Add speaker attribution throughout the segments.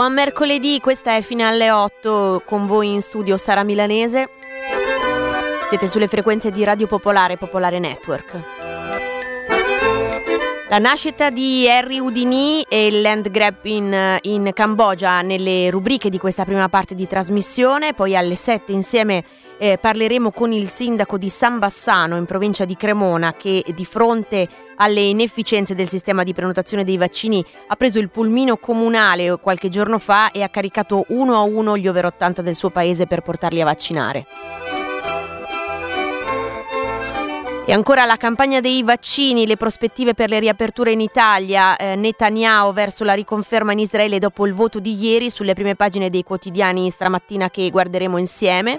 Speaker 1: Buon mercoledì, questa è fino alle 8, con voi in studio Sara Milanese. Siete sulle frequenze di Radio Popolare, Popolare Network. La nascita di Harry Houdini e il land grab in Cambogia nelle rubriche di questa prima parte di trasmissione. Poi alle 7 insieme parleremo con il sindaco di San Bassano in provincia di Cremona, che di fronte alle inefficienze del sistema di prenotazione dei vaccini ha preso il pulmino comunale qualche giorno fa e ha caricato uno a uno gli over 80 del suo paese per portarli a vaccinare. E ancora la campagna dei vaccini, le prospettive per le riaperture in Italia, Netanyahu verso la riconferma in Israele dopo il voto di ieri, sulle prime pagine dei quotidiani stamattina che guarderemo insieme.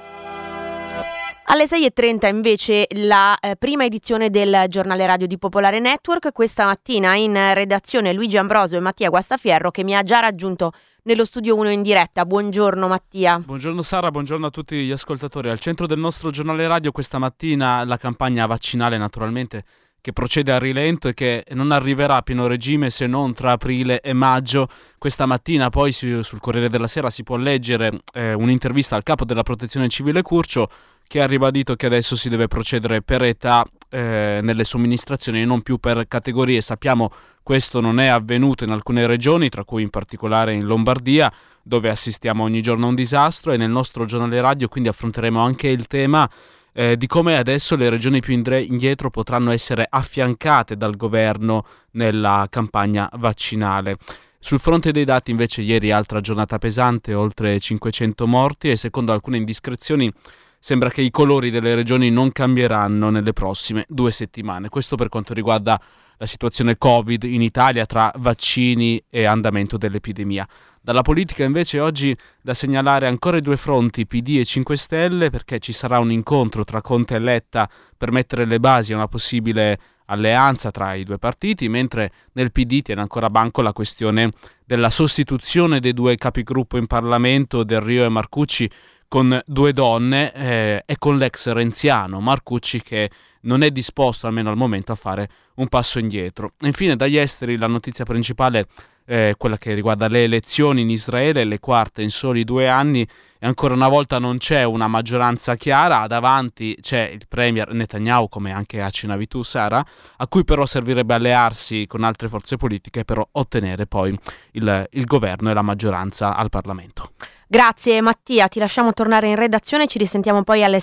Speaker 1: Alle 6.30 invece la prima edizione del giornale radio di Popolare Network, questa mattina in redazione Luigi Ambrosio e Mattia Guastafierro, che mi ha già raggiunto nello studio 1 in diretta. Buongiorno Mattia.
Speaker 2: Buongiorno Sara, buongiorno a tutti gli ascoltatori. Al centro del nostro giornale radio questa mattina la campagna vaccinale, naturalmente, che procede a rilento e che non arriverà a pieno regime se non tra aprile e maggio. Questa mattina poi sul Corriere della Sera si può leggere un'intervista al capo della Protezione Civile Curcio, che ha ribadito che adesso si deve procedere per età nelle somministrazioni e non più per categorie. Sappiamo questo non è avvenuto in alcune regioni, tra cui in particolare in Lombardia, dove assistiamo ogni giorno a un disastro, e nel nostro giornale radio quindi affronteremo anche il tema di come adesso le regioni più indietro potranno essere affiancate dal governo nella campagna vaccinale. Sul fronte dei dati invece ieri altra giornata pesante, oltre 500 morti, e secondo alcune indiscrezioni sembra che i colori delle regioni non cambieranno nelle prossime 2 settimane. Questo per quanto riguarda la situazione Covid in Italia, tra vaccini e andamento dell'epidemia. Dalla politica invece oggi da segnalare ancora i 2 fronti, PD e 5 Stelle, perché ci sarà un incontro tra Conte e Letta per mettere le basi a una possibile alleanza tra i 2 partiti, mentre nel PD tiene ancora banco la questione della sostituzione dei 2 capigruppo in Parlamento, Del Rio e Marcucci, con 2 donne e con l'ex renziano Marcucci, che non è disposto, almeno al momento, a fare un passo indietro. Infine dagli esteri la notizia principale è quella che riguarda le elezioni in Israele, le quarte in soli 2 anni, e ancora una volta non c'è una maggioranza chiara. Davanti c'è il premier Netanyahu, come anche accennavi tu Sara, a cui però servirebbe allearsi con altre forze politiche per ottenere poi il governo e la maggioranza al Parlamento.
Speaker 1: Grazie Mattia, ti lasciamo tornare in redazione, ci risentiamo poi alle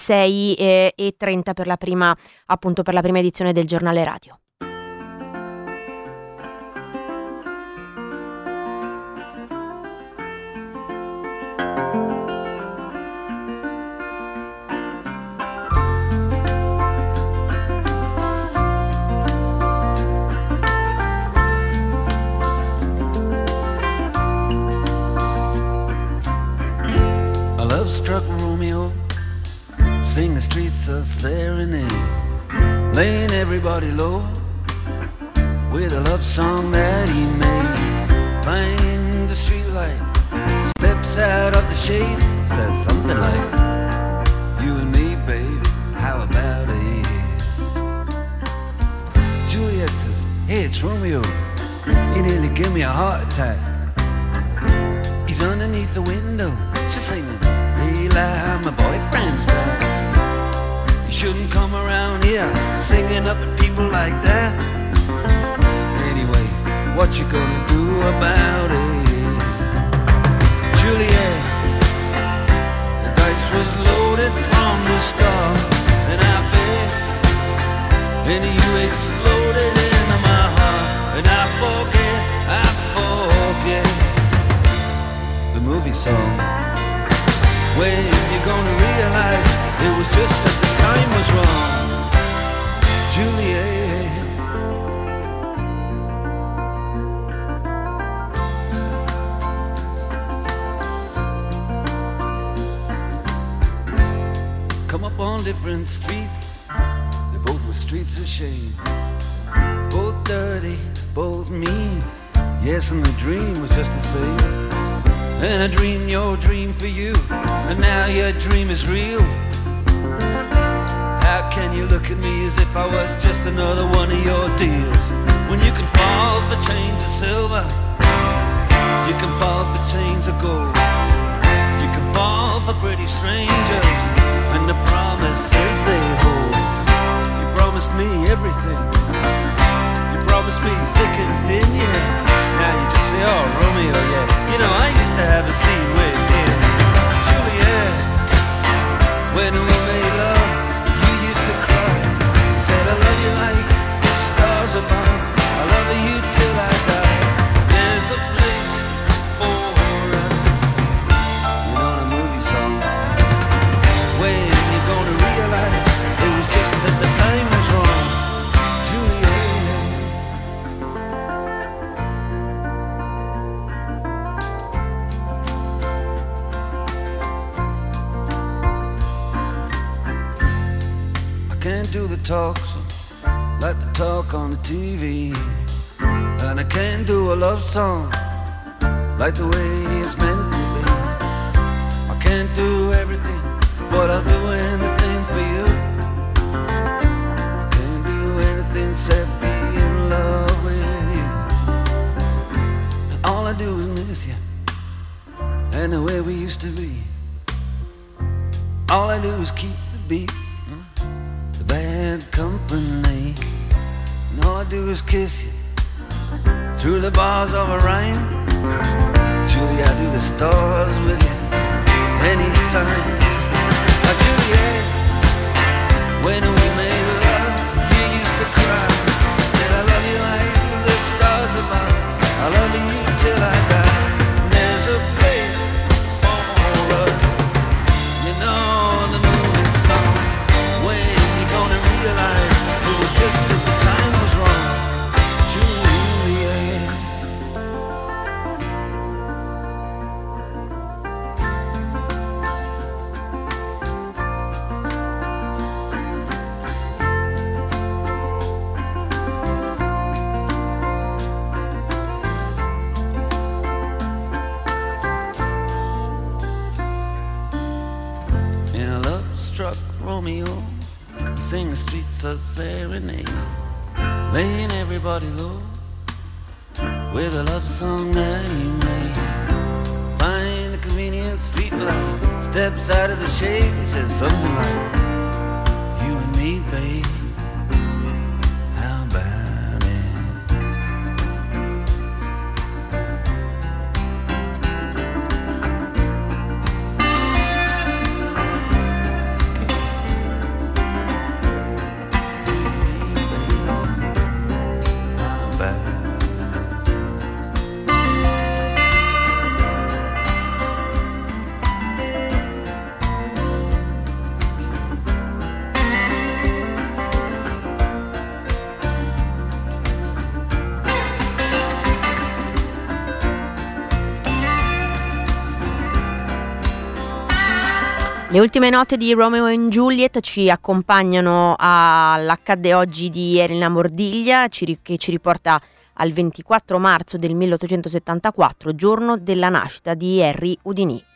Speaker 1: 6.30 per la prima edizione del giornale radio.
Speaker 3: Struck Romeo, sing the streets a serenade, laying everybody low with a love song that he made. Find the streetlight, steps out of the shade, says something like, you and me, babe, how about it? Juliet says, hey, it's Romeo, he nearly gave me a heart attack. He's underneath the window, she's singing, Eli, my boyfriend's back. You shouldn't come around here singing up at people like that. Anyway, what you gonna do about it? Juliet, the dice was loaded from the start, and I bet, and you exploded into my heart, and I forget the movie song. When you're gonna realize it was just that the time was wrong, Juliet. Come up on different streets, they both were streets of shame. Both dirty, both mean, yes, and the dream was just the same. And I dreamed your dream for you, and now your dream is real. How can you look at me as if I was just another one of your deals, when you can fall for chains of silver You can fall for chains of gold, you can fall for pretty strangers, and the promises they hold. You promised me everything, you promised me thick and thin, yeah. Now you just say, oh, Romeo, yeah. You know, I used to have a scene with him. Juliet, when we made love, you used to cry. Said I love you like the stars above, I love you till I die. There's a place for us, you know, the movie song. When you're gonna realize it was just that the time was wrong. Juliet. Can't do the talk like the talk on the TV, and I can't do a love song like the way it's meant to be. I can't do everything, but I'll do anything for you. I can't do anything except be in love with you. And all I do is miss you and the way we used to be. All I do is keep the beat, bad company, and all I do is kiss you through the bars of a rhyme. Julie, I do the stars with you anytime. Juliet, when we made love, you used to cry. Said I love you like the stars above, I love you till I die. There's a place for us, you know, the movie song. When gonna realize it was just that the time was wrong. Juliet. In a love-struck Romeo, sing the streets of serenade, laying everybody low with a love song that he made. Find a convenient street light, steps out of the shade and says something like, you and me, babe, how about it?
Speaker 1: Le ultime note di Romeo and Juliet ci accompagnano all'Accadde oggi di Elena Mordiglia, che ci riporta al 24 marzo del 1874, giorno della nascita di Henry Houdini.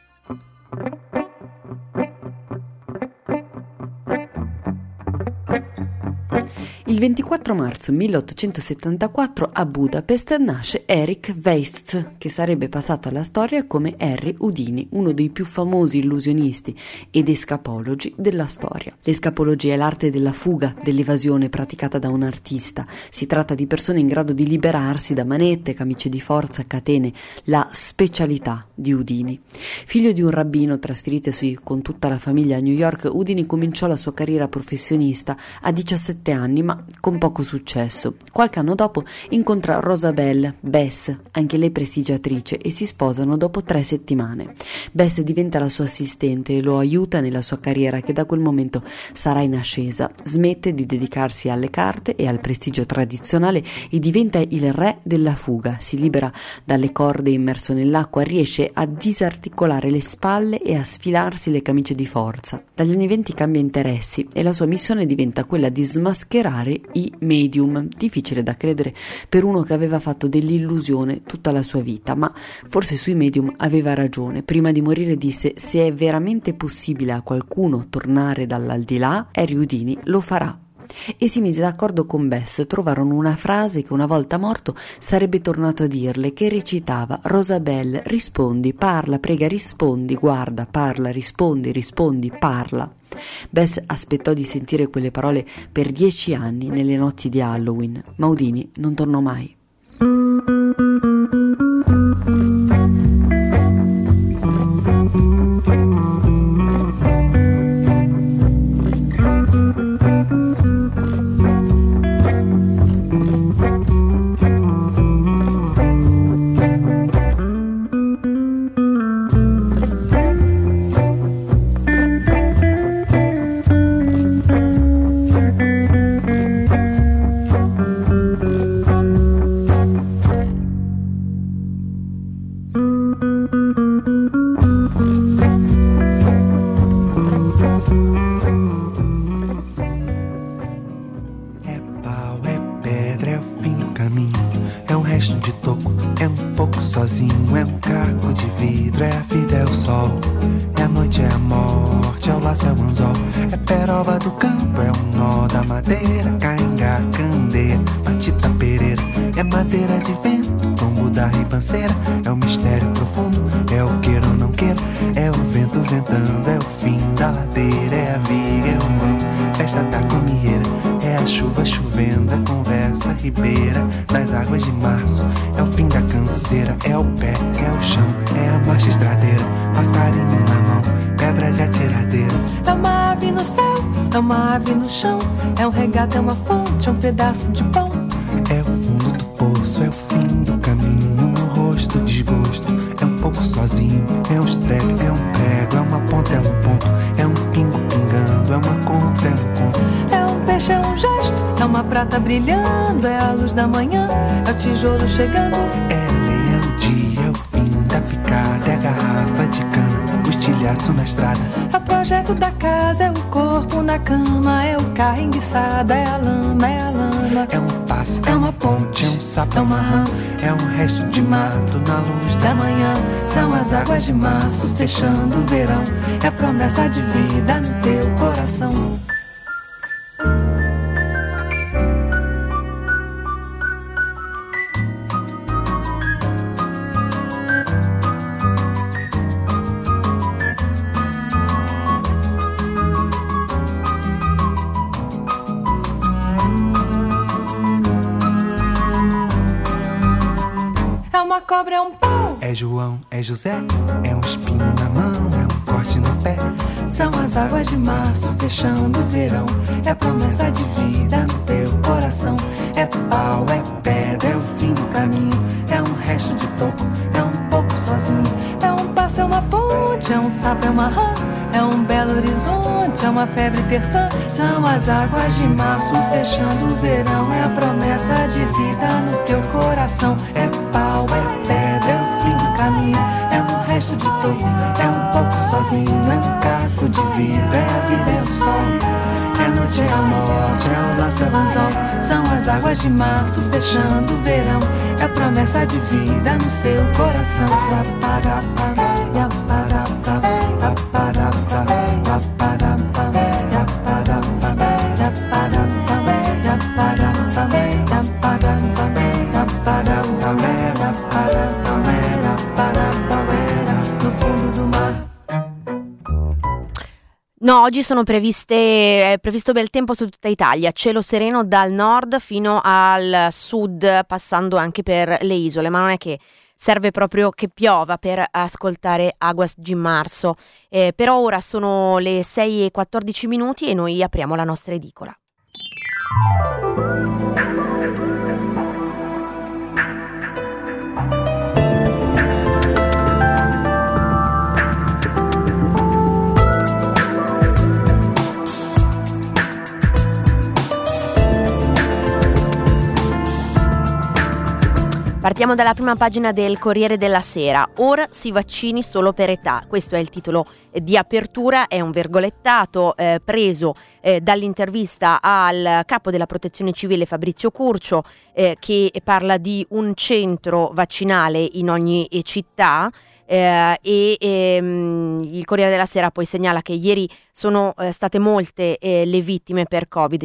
Speaker 4: Il 24 marzo 1874 a Budapest nasce Erich Weitz, che sarebbe passato alla storia come Henry Houdini, uno dei più famosi illusionisti ed escapologi della storia. L'escapologia è l'arte della fuga, dell'evasione praticata da un artista. Si tratta di persone in grado di liberarsi da manette, camicie di forza, catene, la specialità di Houdini. Figlio di un rabbino trasferitosi con tutta la famiglia a New York, Houdini cominciò la sua carriera professionista a 17 anni, ma con poco successo. Qualche anno dopo incontra Rosabelle Bess, anche lei prestigiatrice, e si sposano dopo 3 settimane. Bess diventa la sua assistente e lo aiuta nella sua carriera, che da quel momento sarà in ascesa. Smette di dedicarsi alle carte e al prestigio tradizionale e diventa il re della fuga. Si libera dalle corde immerso nell'acqua, riesce a disarticolare le spalle e a sfilarsi le camicie di forza. Dagli anni 20 cambia interessi e la sua missione diventa quella di smascherare i medium. Difficile da credere per uno che aveva fatto dell'illusione tutta la sua vita, ma forse sui medium aveva ragione. Prima di morire disse: se è veramente possibile a qualcuno tornare dall'aldilà, Henry Houdini lo farà. e si mise d'accordo con Bess. Trovarono una frase che una volta morto sarebbe tornato a dirle, che recitava: Rosabelle, rispondi, parla, prega, rispondi, guarda, parla, rispondi, rispondi, parla. Bess aspettò di sentire quelle parole per 10 anni nelle notti di Halloween, ma Houdini non tornò mai.
Speaker 5: Sozinho é caco de vidro, é a vida, é o sol, é a noite, é a morte, é o laço, é o anzol, é peroba do campo, é o nó da madeira, cainga, candeia, matita pereira, é madeira de vento, tombo da ribanceira, é o mistério profundo, é o queira ou não queira, é o vento ventando, é o fim da ladeira, é a viga, é o vão, festa da comieira, é a chuva chovendo, a conversa ribeira das águas de março, é o fim da canseira, é o pé, é o chão, é a marcha estradeira, passarinho na mão, pedra de atiradeira.
Speaker 6: É uma ave no céu, é uma ave no chão, é um regato, é uma fonte, é um pedaço de pão.
Speaker 5: É o fundo do poço, é o fim do caminho, no rosto desgosto, é um pouco sozinho, é um estrepe, é um prego, é uma ponta, é um ponto, é um pingo pingando, é uma conta, é um conto.
Speaker 6: É um peixe, é um gesto, é uma prata brilhando, é a luz da manhã, é o tijolo chegando.
Speaker 5: É o dia, é o fim da picada, é a garrafa de cana, o estilhaço na estrada.
Speaker 6: É o projeto da casa, é o corpo na cama, é o carro enguiçado, é a lama, é a lama.
Speaker 5: É um passo, é uma ponte, é um sapo, é uma rã, é um resto de mato na luz da manhã.
Speaker 6: São as águas de março fechando o verão, é promessa de vida no teu coração. Cobra é um pau.
Speaker 5: É João, é José, é um espinho na mão, é um corte no pé.
Speaker 6: São as águas de março fechando o verão, é promessa de vida no teu coração. É pau, é pedra, é o fim do caminho, é um resto de toco, é um pouco sozinho. É um passo, é uma ponte, é um sapo, é uma rã, é um belo horizonte, é uma febre terçã. São as águas de março fechando o verão, é a promessa de vida no teu coração. É pau, é pedra, é o fim do caminho, é um resto de toco, é um pouco sozinho, é um caco de vidro, é a vida, é o sol, é a noite, é a morte, é o laço, é o anzol. São as águas de março fechando o verão, é a promessa de vida no seu coração.
Speaker 1: No, oggi è previsto bel tempo su tutta Italia, cielo sereno dal nord fino al sud, passando anche per le isole, ma non è che serve proprio che piova per ascoltare Aguas de Marzo. Per ora sono le 6:14 e noi apriamo la nostra edicola. Partiamo dalla prima pagina del Corriere della Sera. Ora si vaccini solo per età. Questo è il titolo di apertura, è un virgolettato preso dall'intervista al capo della Protezione Civile Fabrizio Curcio, che parla di un centro vaccinale in ogni città. il Corriere della Sera poi segnala che ieri sono state molte le vittime per Covid,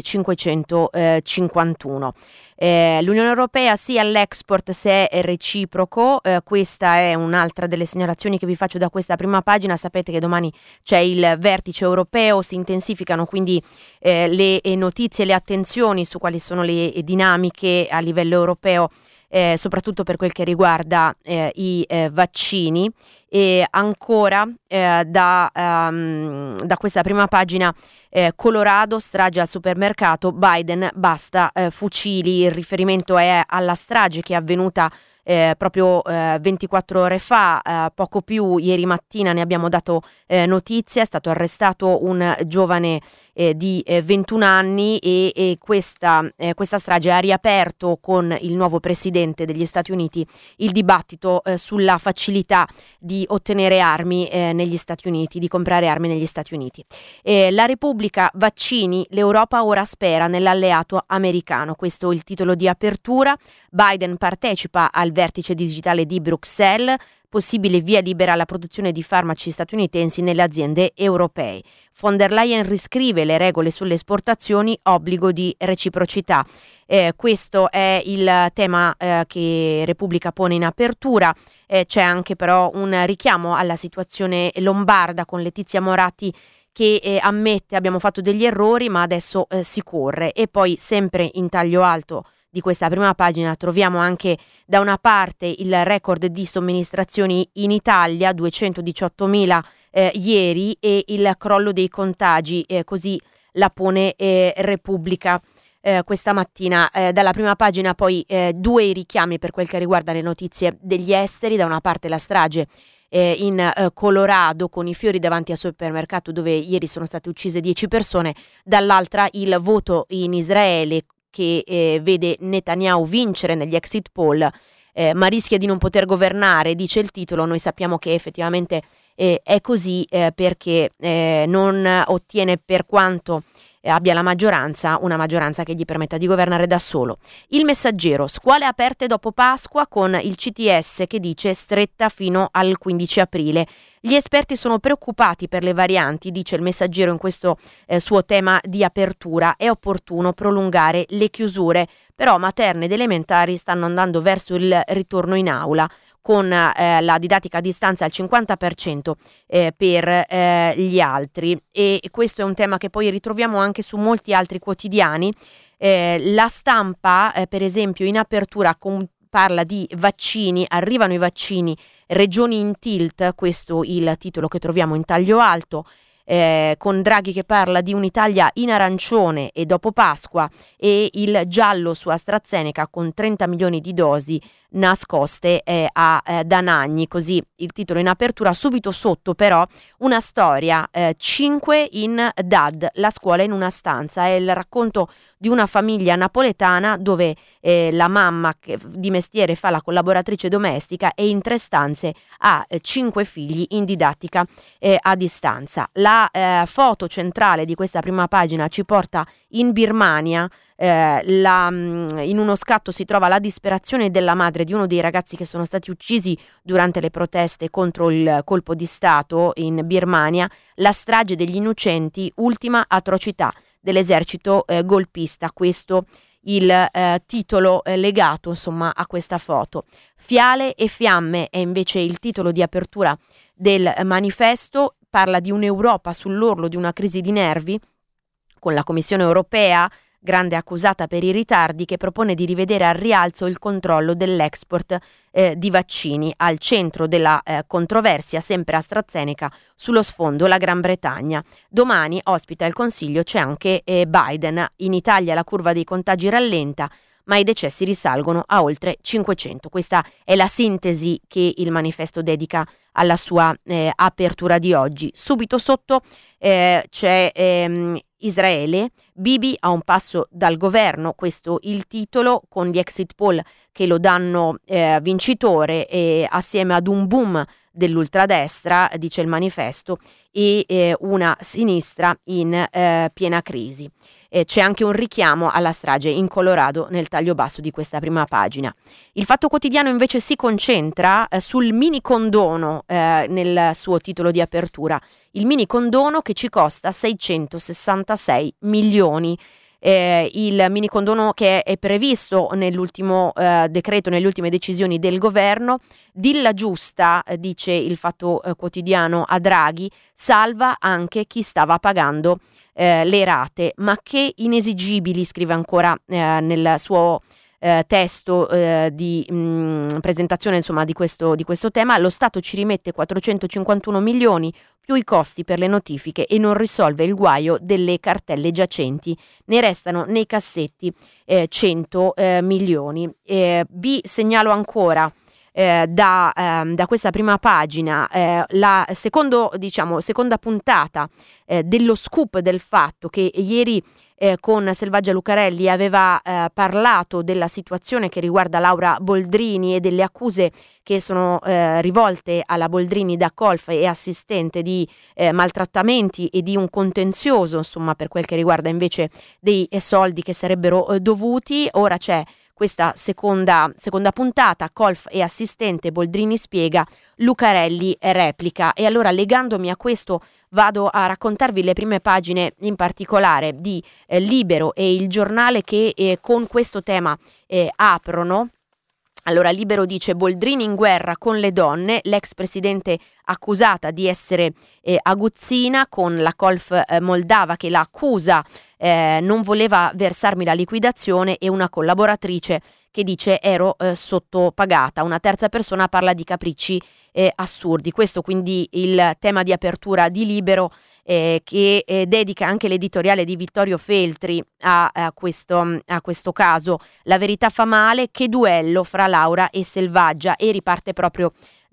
Speaker 1: 551. L'Unione Europea sì all'export se è reciproco, questa è un'altra delle segnalazioni che vi faccio da questa prima pagina. Sapete che domani c'è il vertice europeo, si intensificano quindi le notizie e le attenzioni su quali sono le dinamiche a livello europeo, soprattutto per quel che riguarda i vaccini. E ancora da questa prima pagina, Colorado, strage al supermercato, Biden basta fucili. Il riferimento è alla strage che è avvenuta proprio 24 ore fa, poco più ieri mattina ne abbiamo dato notizia. È stato arrestato un giovane di 21 anni e questa strage ha riaperto con il nuovo presidente degli Stati Uniti il dibattito sulla facilità di ottenere armi negli Stati Uniti, di comprare armi negli Stati Uniti. La Repubblica, vaccini, l'Europa ora spera nell'alleato americano. Questo è il titolo di apertura. Biden partecipa al vertice digitale di Bruxelles, possibile via libera alla produzione di farmaci statunitensi nelle aziende europee. Von der Leyen riscrive le regole sulle esportazioni, obbligo di reciprocità. Questo è il tema che Repubblica pone in apertura. C'è anche però un richiamo alla situazione lombarda con Letizia Moratti che ammette abbiamo fatto degli errori ma adesso si corre. E poi sempre in taglio alto di questa prima pagina troviamo anche da una parte il record di somministrazioni in Italia, 218.000 ieri, e il crollo dei contagi, così la pone Repubblica questa mattina. Dalla prima pagina poi due richiami per quel che riguarda le notizie degli esteri. Da una parte la strage in Colorado con i fiori davanti al supermercato dove ieri sono state uccise 10 persone, dall'altra il voto in Israele che vede Netanyahu vincere negli exit poll, ma rischia di non poter governare, dice il titolo. Noi sappiamo che effettivamente è così, perché non ottiene, per quanto abbia la maggioranza, una maggioranza che gli permetta di governare da solo. Il Messaggero, scuole aperte dopo Pasqua con il CTS che dice stretta fino al 15 aprile. Gli esperti sono preoccupati per le varianti, dice il Messaggero in questo suo tema di apertura. È opportuno prolungare le chiusure, però materne ed elementari stanno andando verso il ritorno in aula, con la didattica a distanza al 50% per gli altri. E questo è un tema che poi ritroviamo anche su molti altri quotidiani. La Stampa, per esempio, in apertura parla di vaccini, arrivano i vaccini, regioni in tilt, questo il titolo che troviamo in taglio alto. Con Draghi che parla di un'Italia in arancione e dopo Pasqua, e il giallo su AstraZeneca con 30 milioni di dosi nascoste a Danagni, così il titolo in apertura. Subito sotto però una storia, 5 in DAD, la scuola in una stanza. È il racconto di una famiglia napoletana dove la mamma, che di mestiere fa la collaboratrice domestica, e in 3 stanze ha 5 figli in didattica a distanza. La foto centrale di questa prima pagina ci porta in Birmania. In uno scatto si trova la disperazione della madre di uno dei ragazzi che sono stati uccisi durante le proteste contro il colpo di Stato in Birmania. La strage degli innocenti, ultima atrocità dell'esercito golpista. Questo il titolo legato insomma a questa foto. Fiale e fiamme è invece il titolo di apertura del Manifesto. Parla di un'Europa sull'orlo di una crisi di nervi, con la Commissione europea, grande accusata per i ritardi, che propone di rivedere al rialzo il controllo dell'export di vaccini. Al centro della controversia sempre AstraZeneca, sullo sfondo la Gran Bretagna. Domani ospita il Consiglio, c'è anche Biden. In Italia la curva dei contagi rallenta, ma i decessi risalgono a oltre 500. Questa è la sintesi che il Manifesto dedica alla sua apertura di oggi. Subito sotto c'è Israele, Bibi a un passo dal governo, questo il titolo, con gli exit poll che lo danno vincitore, assieme ad un boom dell'ultradestra, dice il Manifesto, e una sinistra in piena crisi. C'è anche un richiamo alla strage in Colorado nel taglio basso di questa prima pagina. Il Fatto Quotidiano invece si concentra sul mini condono nel suo titolo di apertura, il mini condono che ci costa 666 milioni. Il mini condono che è previsto nell'ultimo decreto, nelle ultime decisioni del governo. Dilla giusta, dice il Fatto Quotidiano a Draghi, salva anche chi stava pagando le rate, ma che inesigibili, scrive ancora nel suo testo di presentazione, insomma, di questo tema. Lo Stato ci rimette 451 milioni più i costi per le notifiche e non risolve il guaio delle cartelle giacenti, ne restano nei cassetti 100 milioni. Vi segnalo ancora da questa prima pagina la seconda puntata dello scoop del Fatto, che ieri con Selvaggia Lucarelli aveva parlato della situazione che riguarda Laura Boldrini e delle accuse che sono rivolte alla Boldrini da colf e assistente di maltrattamenti e di un contenzioso, insomma, per quel che riguarda invece dei soldi che sarebbero dovuti. Ora c'è questa seconda puntata, colf e assistente, Boldrini spiega, Lucarelli replica. E allora, legandomi a questo, vado a raccontarvi le prime pagine in particolare di Libero e Il Giornale, che con questo tema aprono. Allora, Libero dice: Boldrini in guerra con le donne, l'ex presidente accusata di essere aguzzina, con la colf moldava che la accusa non voleva versarmi la liquidazione, e una collaboratrice che dice ero sottopagata. Una terza persona parla di capricci assurdi. Questo quindi il tema di apertura di Libero, che dedica anche l'editoriale di Vittorio Feltri a questo caso. La verità fa male, che duello fra Laura e Selvaggia, e riparte proprio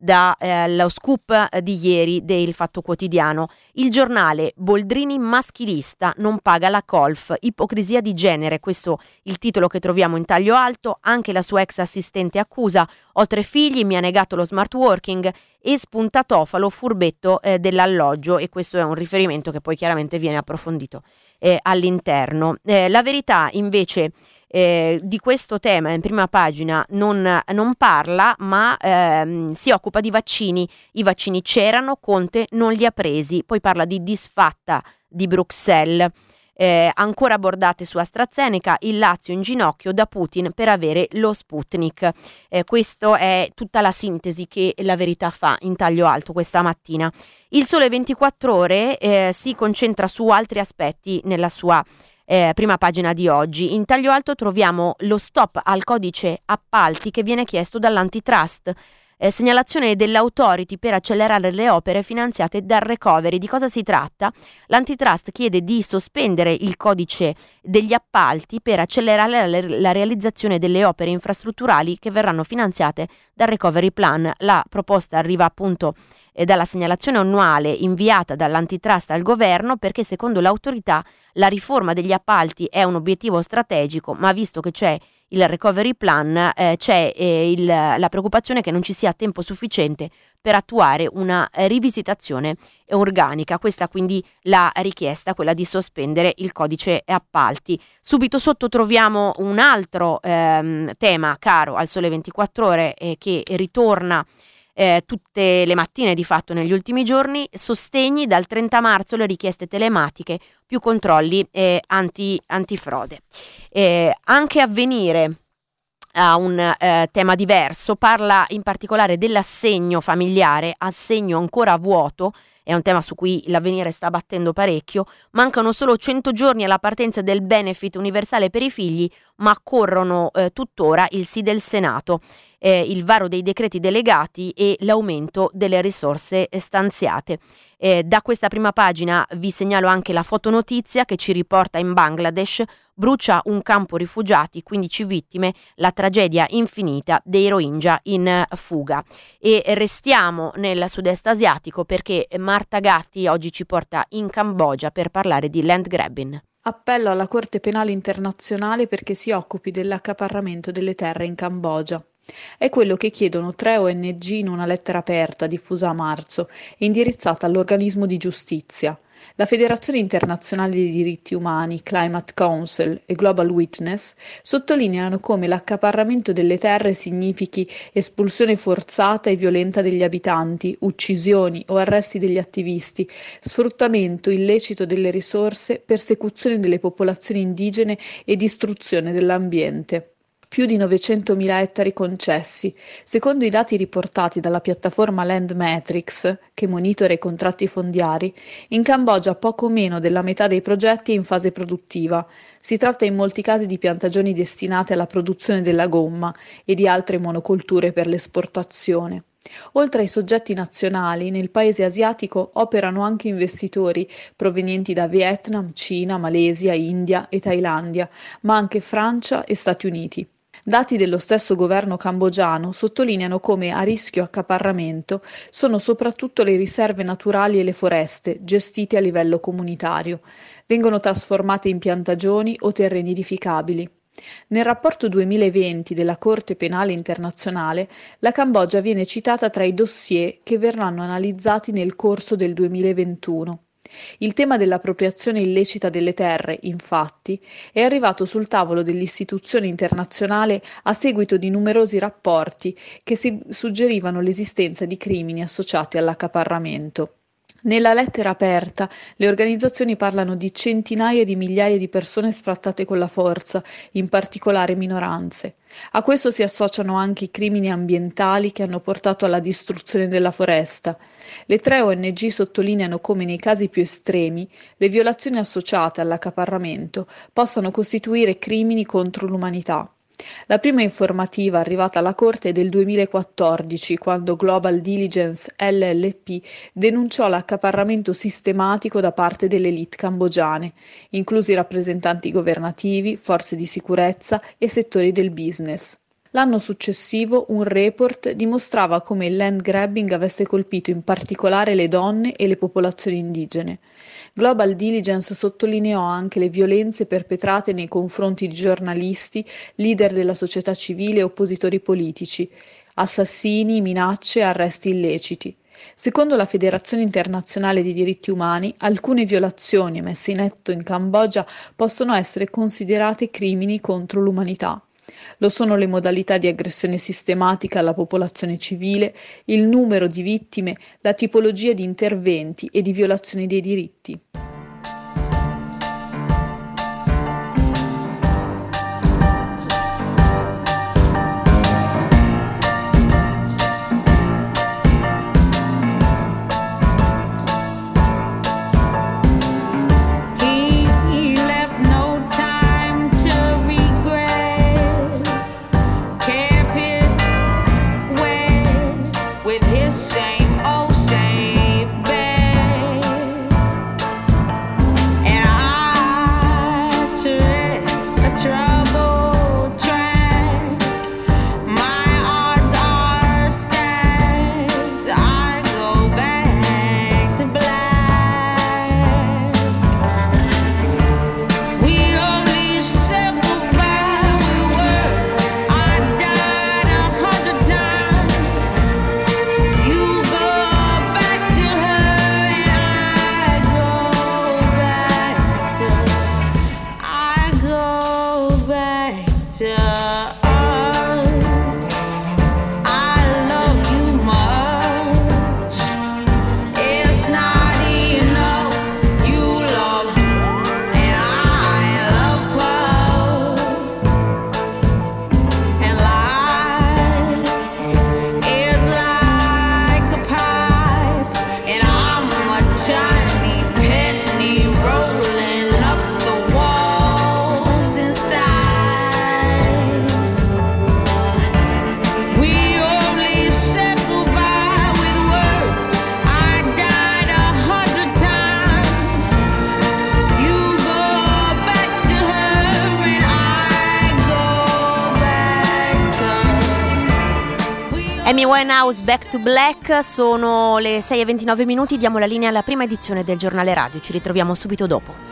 Speaker 1: dallo scoop di ieri del Fatto Quotidiano. Il Giornale: Boldrini maschilista, non paga la colf, ipocrisia di genere, questo il titolo che troviamo in taglio alto. Anche la sua ex assistente accusa: ho 3 figli, mi ha negato lo smart working, e spunta Tofalo, furbetto dell'alloggio, e questo è un riferimento che poi chiaramente viene approfondito all'interno. La Verità invece di questo tema in prima pagina non parla, ma si occupa di vaccini. I vaccini c'erano, Conte non li ha presi. Poi parla di disfatta di Bruxelles. Ancora bordate su AstraZeneca, il Lazio in ginocchio da Putin per avere lo Sputnik. Questo è tutta la sintesi che La Verità fa in taglio alto questa mattina. Il Sole 24 Ore si concentra su altri aspetti nella sua prima pagina di oggi. In taglio alto troviamo lo stop al codice appalti che viene chiesto dall'antitrust. Segnalazione dell'Authority per accelerare le opere finanziate dal recovery. Di cosa si tratta? L'antitrust chiede di sospendere il codice degli appalti per accelerare la realizzazione delle opere infrastrutturali che verranno finanziate dal recovery plan. La proposta arriva appunto dalla segnalazione annuale inviata dall'antitrust al governo, perché secondo l'autorità la riforma degli appalti è un obiettivo strategico, ma visto che c'è il recovery plan c'è la preoccupazione che non ci sia tempo sufficiente per attuare una rivisitazione organica. Questa quindi la richiesta, quella di sospendere il codice appalti. Subito sotto troviamo un altro tema caro al Sole 24 Ore che ritorna tutte le mattine di fatto negli ultimi giorni: sostegni dal 30 marzo le richieste telematiche, più controlli antifrode. Anche Avvenire ha un tema diverso, parla in particolare dell'assegno familiare, assegno ancora a vuoto. È un tema su cui l'Avvenire sta battendo parecchio. Mancano solo 100 giorni alla partenza del benefit universale per i figli, ma corrono tuttora il sì del Senato, il varo dei decreti delegati e l'aumento delle risorse stanziate. Da questa prima pagina vi segnalo anche la fotonotizia che ci riporta in Bangladesh: brucia un campo rifugiati, 15 vittime, la tragedia infinita dei Rohingya in fuga. E restiamo nel sud-est asiatico, perché Marta Gatti oggi ci porta in Cambogia per parlare di land grabbing.
Speaker 7: Appello alla Corte Penale Internazionale perché si occupi dell'accaparramento delle terre in Cambogia. È quello che chiedono 3 ONG in una lettera aperta diffusa a marzo e indirizzata all'organismo di giustizia. La Federazione Internazionale dei Diritti Umani, Climate Council e Global Witness sottolineano come l'accaparramento delle terre significhi espulsione forzata e violenta degli abitanti, uccisioni o arresti degli attivisti, sfruttamento illecito delle risorse, persecuzione delle popolazioni indigene e distruzione dell'ambiente. Più di 900.000 ettari concessi. Secondo i dati riportati dalla piattaforma Landmetrics, che monitora i contratti fondiari, in Cambogia poco meno della metà dei progetti è in fase produttiva. Si tratta in molti casi di piantagioni destinate alla produzione della gomma e di altre monocolture per l'esportazione. Oltre ai soggetti nazionali, nel paese asiatico operano anche investitori provenienti da Vietnam, Cina, Malesia, India e Thailandia, ma anche Francia e Stati Uniti. Dati dello stesso governo cambogiano sottolineano come a rischio accaparramento sono soprattutto le riserve naturali e le foreste, gestite a livello comunitario. Vengono trasformate in piantagioni o terreni edificabili. Nel rapporto 2020 della Corte Penale Internazionale, la Cambogia viene citata tra i dossier che verranno analizzati nel corso del 2021. Il tema dell'appropriazione illecita delle terre, infatti, è arrivato sul tavolo dell'istituzione internazionale a seguito di numerosi rapporti che suggerivano l'esistenza di crimini associati all'accaparramento. Nella lettera aperta, le organizzazioni parlano di centinaia di migliaia di persone sfrattate con la forza, in particolare minoranze. A questo si associano anche i crimini ambientali che hanno portato alla distruzione della foresta. Le 3 ONG sottolineano come nei casi più estremi le violazioni associate all'accaparramento possano costituire crimini contro l'umanità. La prima informativa arrivata alla Corte è del 2014, quando Global Diligence LLP denunciò l'accaparramento sistematico da parte delle élite cambogiane, inclusi rappresentanti governativi, forze di sicurezza e settori del business. L'anno successivo un report dimostrava come il land grabbing avesse colpito in particolare le donne e le popolazioni indigene. Global Diligence sottolineò anche le violenze perpetrate nei confronti di giornalisti, leader della società civile e oppositori politici, assassini, minacce e arresti illeciti. Secondo la Federazione Internazionale dei Diritti Umani, alcune violazioni messe in atto in Cambogia possono essere considerate crimini contro l'umanità. Lo sono le modalità di aggressione sistematica alla popolazione civile, il numero di vittime, la tipologia di interventi e di violazioni dei diritti.
Speaker 8: Same old safe bet.
Speaker 1: Amy Winehouse, Back to Black. Sono le 6:29, diamo la linea alla prima edizione del Giornale Radio, ci ritroviamo subito dopo.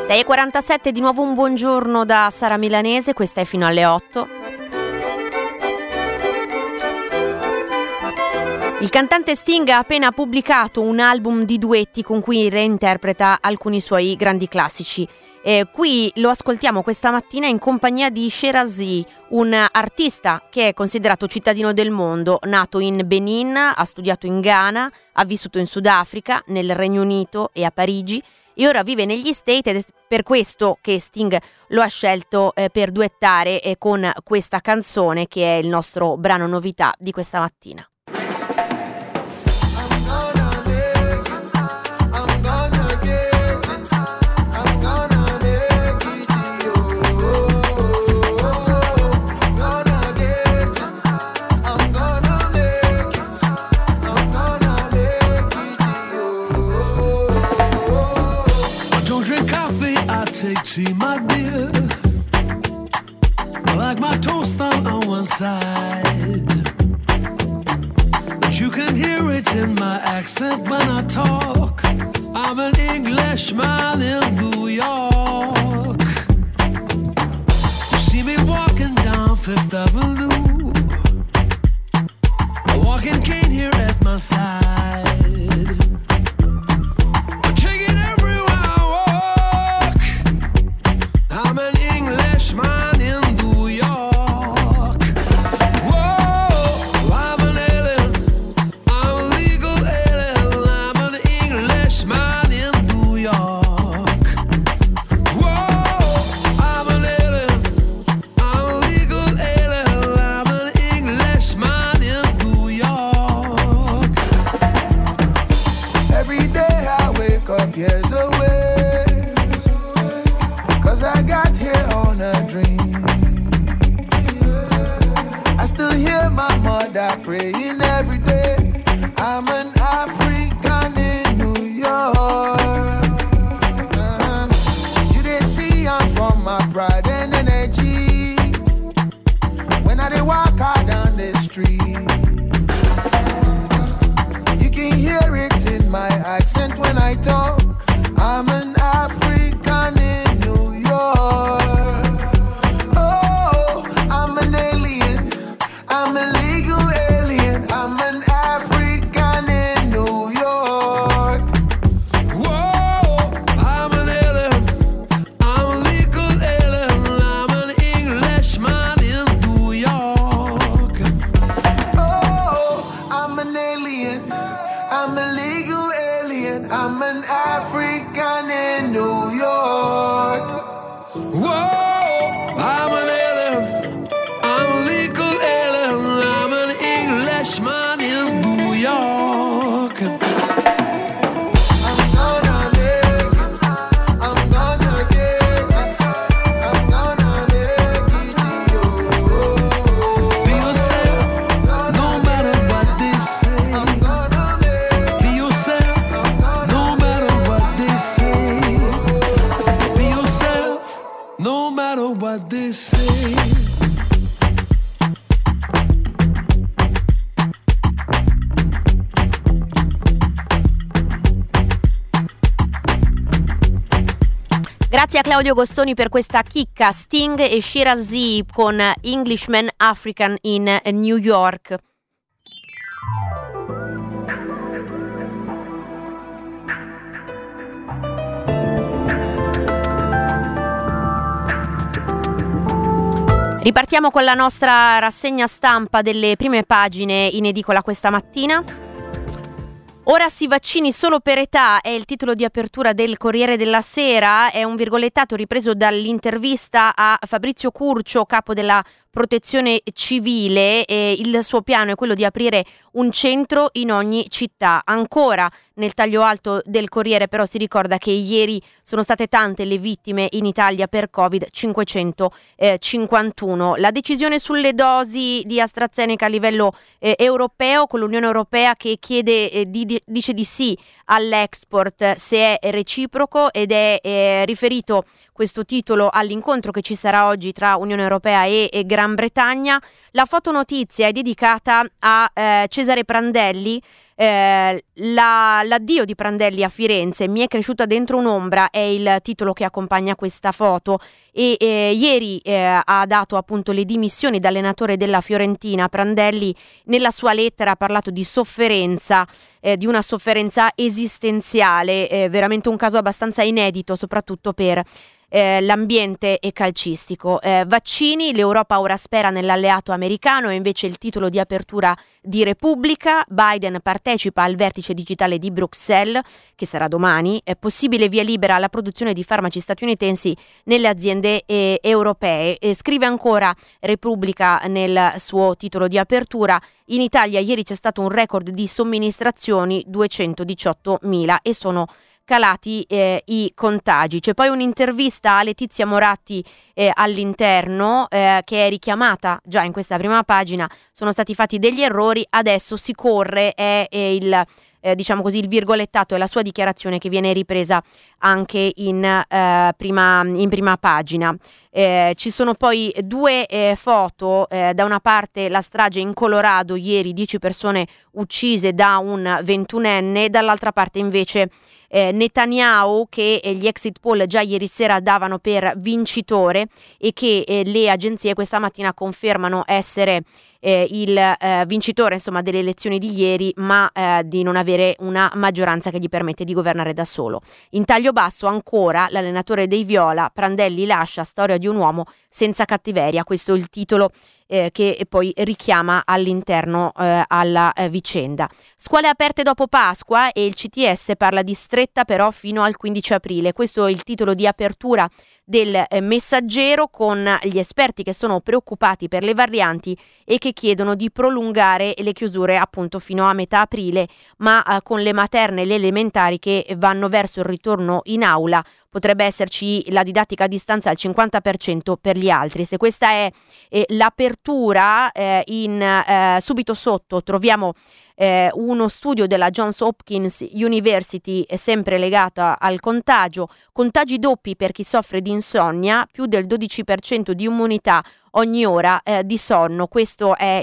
Speaker 1: 6:47, di nuovo un buongiorno da Sara Milanese, questa è fino alle 8. Il cantante Sting ha appena pubblicato un album di duetti con cui reinterpreta alcuni suoi grandi classici. Qui lo ascoltiamo questa mattina in compagnia di Sherazee, un artista che è considerato cittadino del mondo, nato in Benin, ha studiato in Ghana, ha vissuto in Sudafrica, nel Regno Unito e a Parigi, e ora vive negli States, ed è per questo che Sting lo ha scelto per duettare con questa canzone, che è il nostro brano novità di questa mattina.
Speaker 9: Take tea, my dear. I like my toast on one side, but you can hear it in my accent when I talk. I'm an Englishman in New York. You see me walking down Fifth Avenue, a walking cane here at my side. I'm an Englishman in New York. Whoa, I'm an alien. I'm a legal alien. I'm an Englishman in New York. Whoa, I'm an alien. I'm a legal alien. I'm an Englishman in New York. Every day I wake up years away, I got here on a dream. I still hear my mother praying every day. I'm an African in New York. You didn't see I'm from my pride and energy when I did walk out down the street. You can hear it in my accent when I talk. I'm an African in New York. Oh, I'm an alien. I'm a legal alien. I'm an African in New York. Whoa, I'm an alien. I'm a legal alien. I'm an Englishman in New York. Oh, I'm an alien. I'm a legal alien. I'm an African in New York. Whoa, I'm an alien. I'm a legal alien. I'm an Englishman in New York. I'm gonna make it. I'm gonna get it. I'm gonna make it. Be yourself, no matter what they say. I'm gonna make it. Be yourself, no matter what they say. Be yourself, no matter what they say.
Speaker 1: Grazie a Claudio Gostoni per questa chicca. Sting e Sherazee con Englishman African in New York. Ripartiamo con la nostra rassegna stampa delle prime pagine in edicola questa mattina. Ora si vaccini solo per età è il titolo di apertura del Corriere della Sera, è un virgolettato ripreso dall'intervista a Fabrizio Curcio, capo della Protezione Civile, e il suo piano è quello di aprire un centro in ogni città. Ancora nel taglio alto del Corriere però si ricorda che ieri sono state tante le vittime in Italia per Covid, 551. La decisione sulle dosi di AstraZeneca a livello europeo, con l'Unione Europea che chiede dice di sì all'export se è reciproco, ed è riferito questo titolo all'incontro che ci sarà oggi tra Unione Europea e Gran Bretagna. La fotonotizia è dedicata a Cesare Prandelli, L'addio di Prandelli a Firenze, mi è cresciuta dentro un'ombra, è il titolo che accompagna questa foto, e ieri ha dato appunto le dimissioni da allenatore della Fiorentina. Prandelli nella sua lettera ha parlato di sofferenza, di una sofferenza esistenziale, veramente un caso abbastanza inedito soprattutto per l'ambiente calcistico. Vaccini, l'Europa ora spera nell'alleato americano, è invece il titolo di apertura di Repubblica. Biden partecipa al vertice digitale di Bruxelles, che sarà domani. È possibile via libera alla produzione di farmaci statunitensi nelle aziende europee. Scrive ancora Repubblica nel suo titolo di apertura: in Italia ieri c'è stato un record di somministrazioni, 218.000, e sono calati i contagi. C'è poi un'intervista a Letizia Moratti all'Interno, che è richiamata già in questa prima pagina. Sono stati fatti degli errori, adesso si corre, è il diciamo così il virgolettato, è la sua dichiarazione che viene ripresa anche in prima pagina. Ci sono poi due foto, da una parte la strage in Colorado ieri, 10 persone uccise da un 21enne, dall'altra parte invece Netanyahu, che gli exit poll già ieri sera davano per vincitore e che le agenzie questa mattina confermano essere il vincitore, insomma, delle elezioni di ieri, ma di non avere una maggioranza che gli permette di governare da solo. In taglio basso ancora l'allenatore dei Viola: Prandelli lascia, storia di un uomo senza cattiveria. Questo è il titolo che poi richiama all'interno alla vicenda. Scuole aperte dopo Pasqua e il CTS parla di stretta però fino al 15 aprile. Questo è il titolo di apertura del Messaggero, con gli esperti che sono preoccupati per le varianti e che chiedono di prolungare le chiusure appunto fino a metà aprile, ma con le materne e le elementari che vanno verso il ritorno in aula potrebbe esserci la didattica a distanza al 50% per gli altri. Se questa è l'apertura, subito sotto troviamo uno studio della Johns Hopkins University, sempre legata al contagio. Contagi doppi per chi soffre di insonnia, più del 12% di immunità ogni ora di sonno. Questo è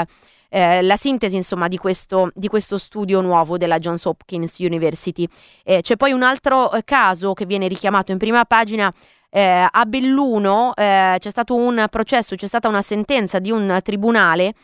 Speaker 1: la sintesi, insomma, di questo studio nuovo della Johns Hopkins University. C'è poi un altro caso che viene richiamato in prima pagina. A Belluno c'è stato un processo, c'è stata una sentenza di un tribunale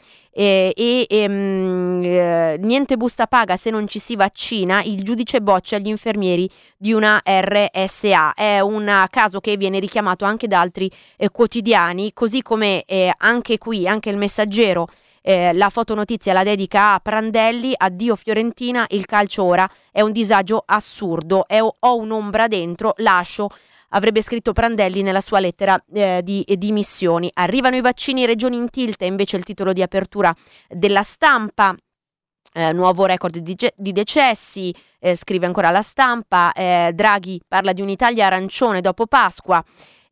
Speaker 1: niente busta paga se non ci si vaccina, il giudice boccia gli infermieri di una RSA. È un caso che viene richiamato anche da altri quotidiani, così come anche qui, anche il Messaggero. La fotonotizia la dedica a Prandelli: addio Fiorentina, il calcio ora è un disagio assurdo, ho un'ombra dentro, lascio, avrebbe scritto Prandelli nella sua lettera di dimissioni. Arrivano i vaccini, regioni in tilt, è invece il titolo di apertura della Stampa. Nuovo record di decessi, scrive ancora la Stampa. Draghi parla di un'Italia arancione dopo Pasqua.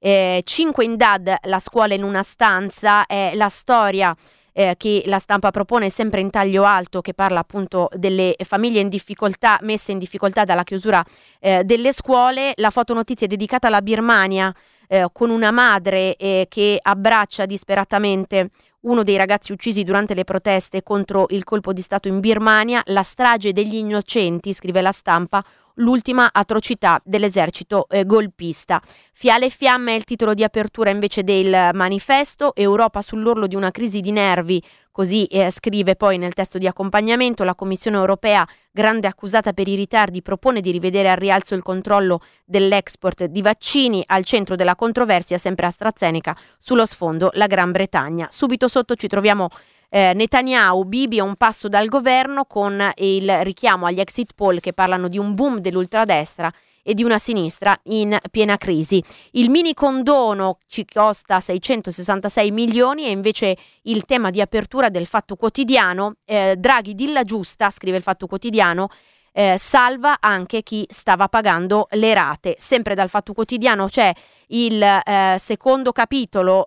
Speaker 1: 5 in DAD, la scuola in una stanza, è la storia che la Stampa propone, sempre in taglio alto, che parla appunto delle famiglie in difficoltà, messe in difficoltà dalla chiusura delle scuole. La fotonotizia è dedicata alla Birmania, con una madre che abbraccia disperatamente uno dei ragazzi uccisi durante le proteste contro il colpo di Stato in Birmania. La strage degli innocenti, scrive la Stampa, l'ultima atrocità dell'esercito golpista. Fiale e fiamme è il titolo di apertura invece del Manifesto. Europa sull'orlo di una crisi di nervi, così scrive poi nel testo di accompagnamento. La Commissione europea, grande accusata per i ritardi, propone di rivedere al rialzo il controllo dell'export di vaccini. Al centro della controversia sempre AstraZeneca, sullo sfondo la Gran Bretagna. Subito sotto ci troviamo Netanyahu: Bibi è un passo dal governo, con il richiamo agli exit poll che parlano di un boom dell'ultradestra e di una sinistra in piena crisi. Il mini condono ci costa 666 milioni, è invece il tema di apertura del Fatto Quotidiano. Draghi dilla giusta, scrive il Fatto Quotidiano, salva anche chi stava pagando le rate. Sempre dal Fatto Quotidiano c'è il secondo capitolo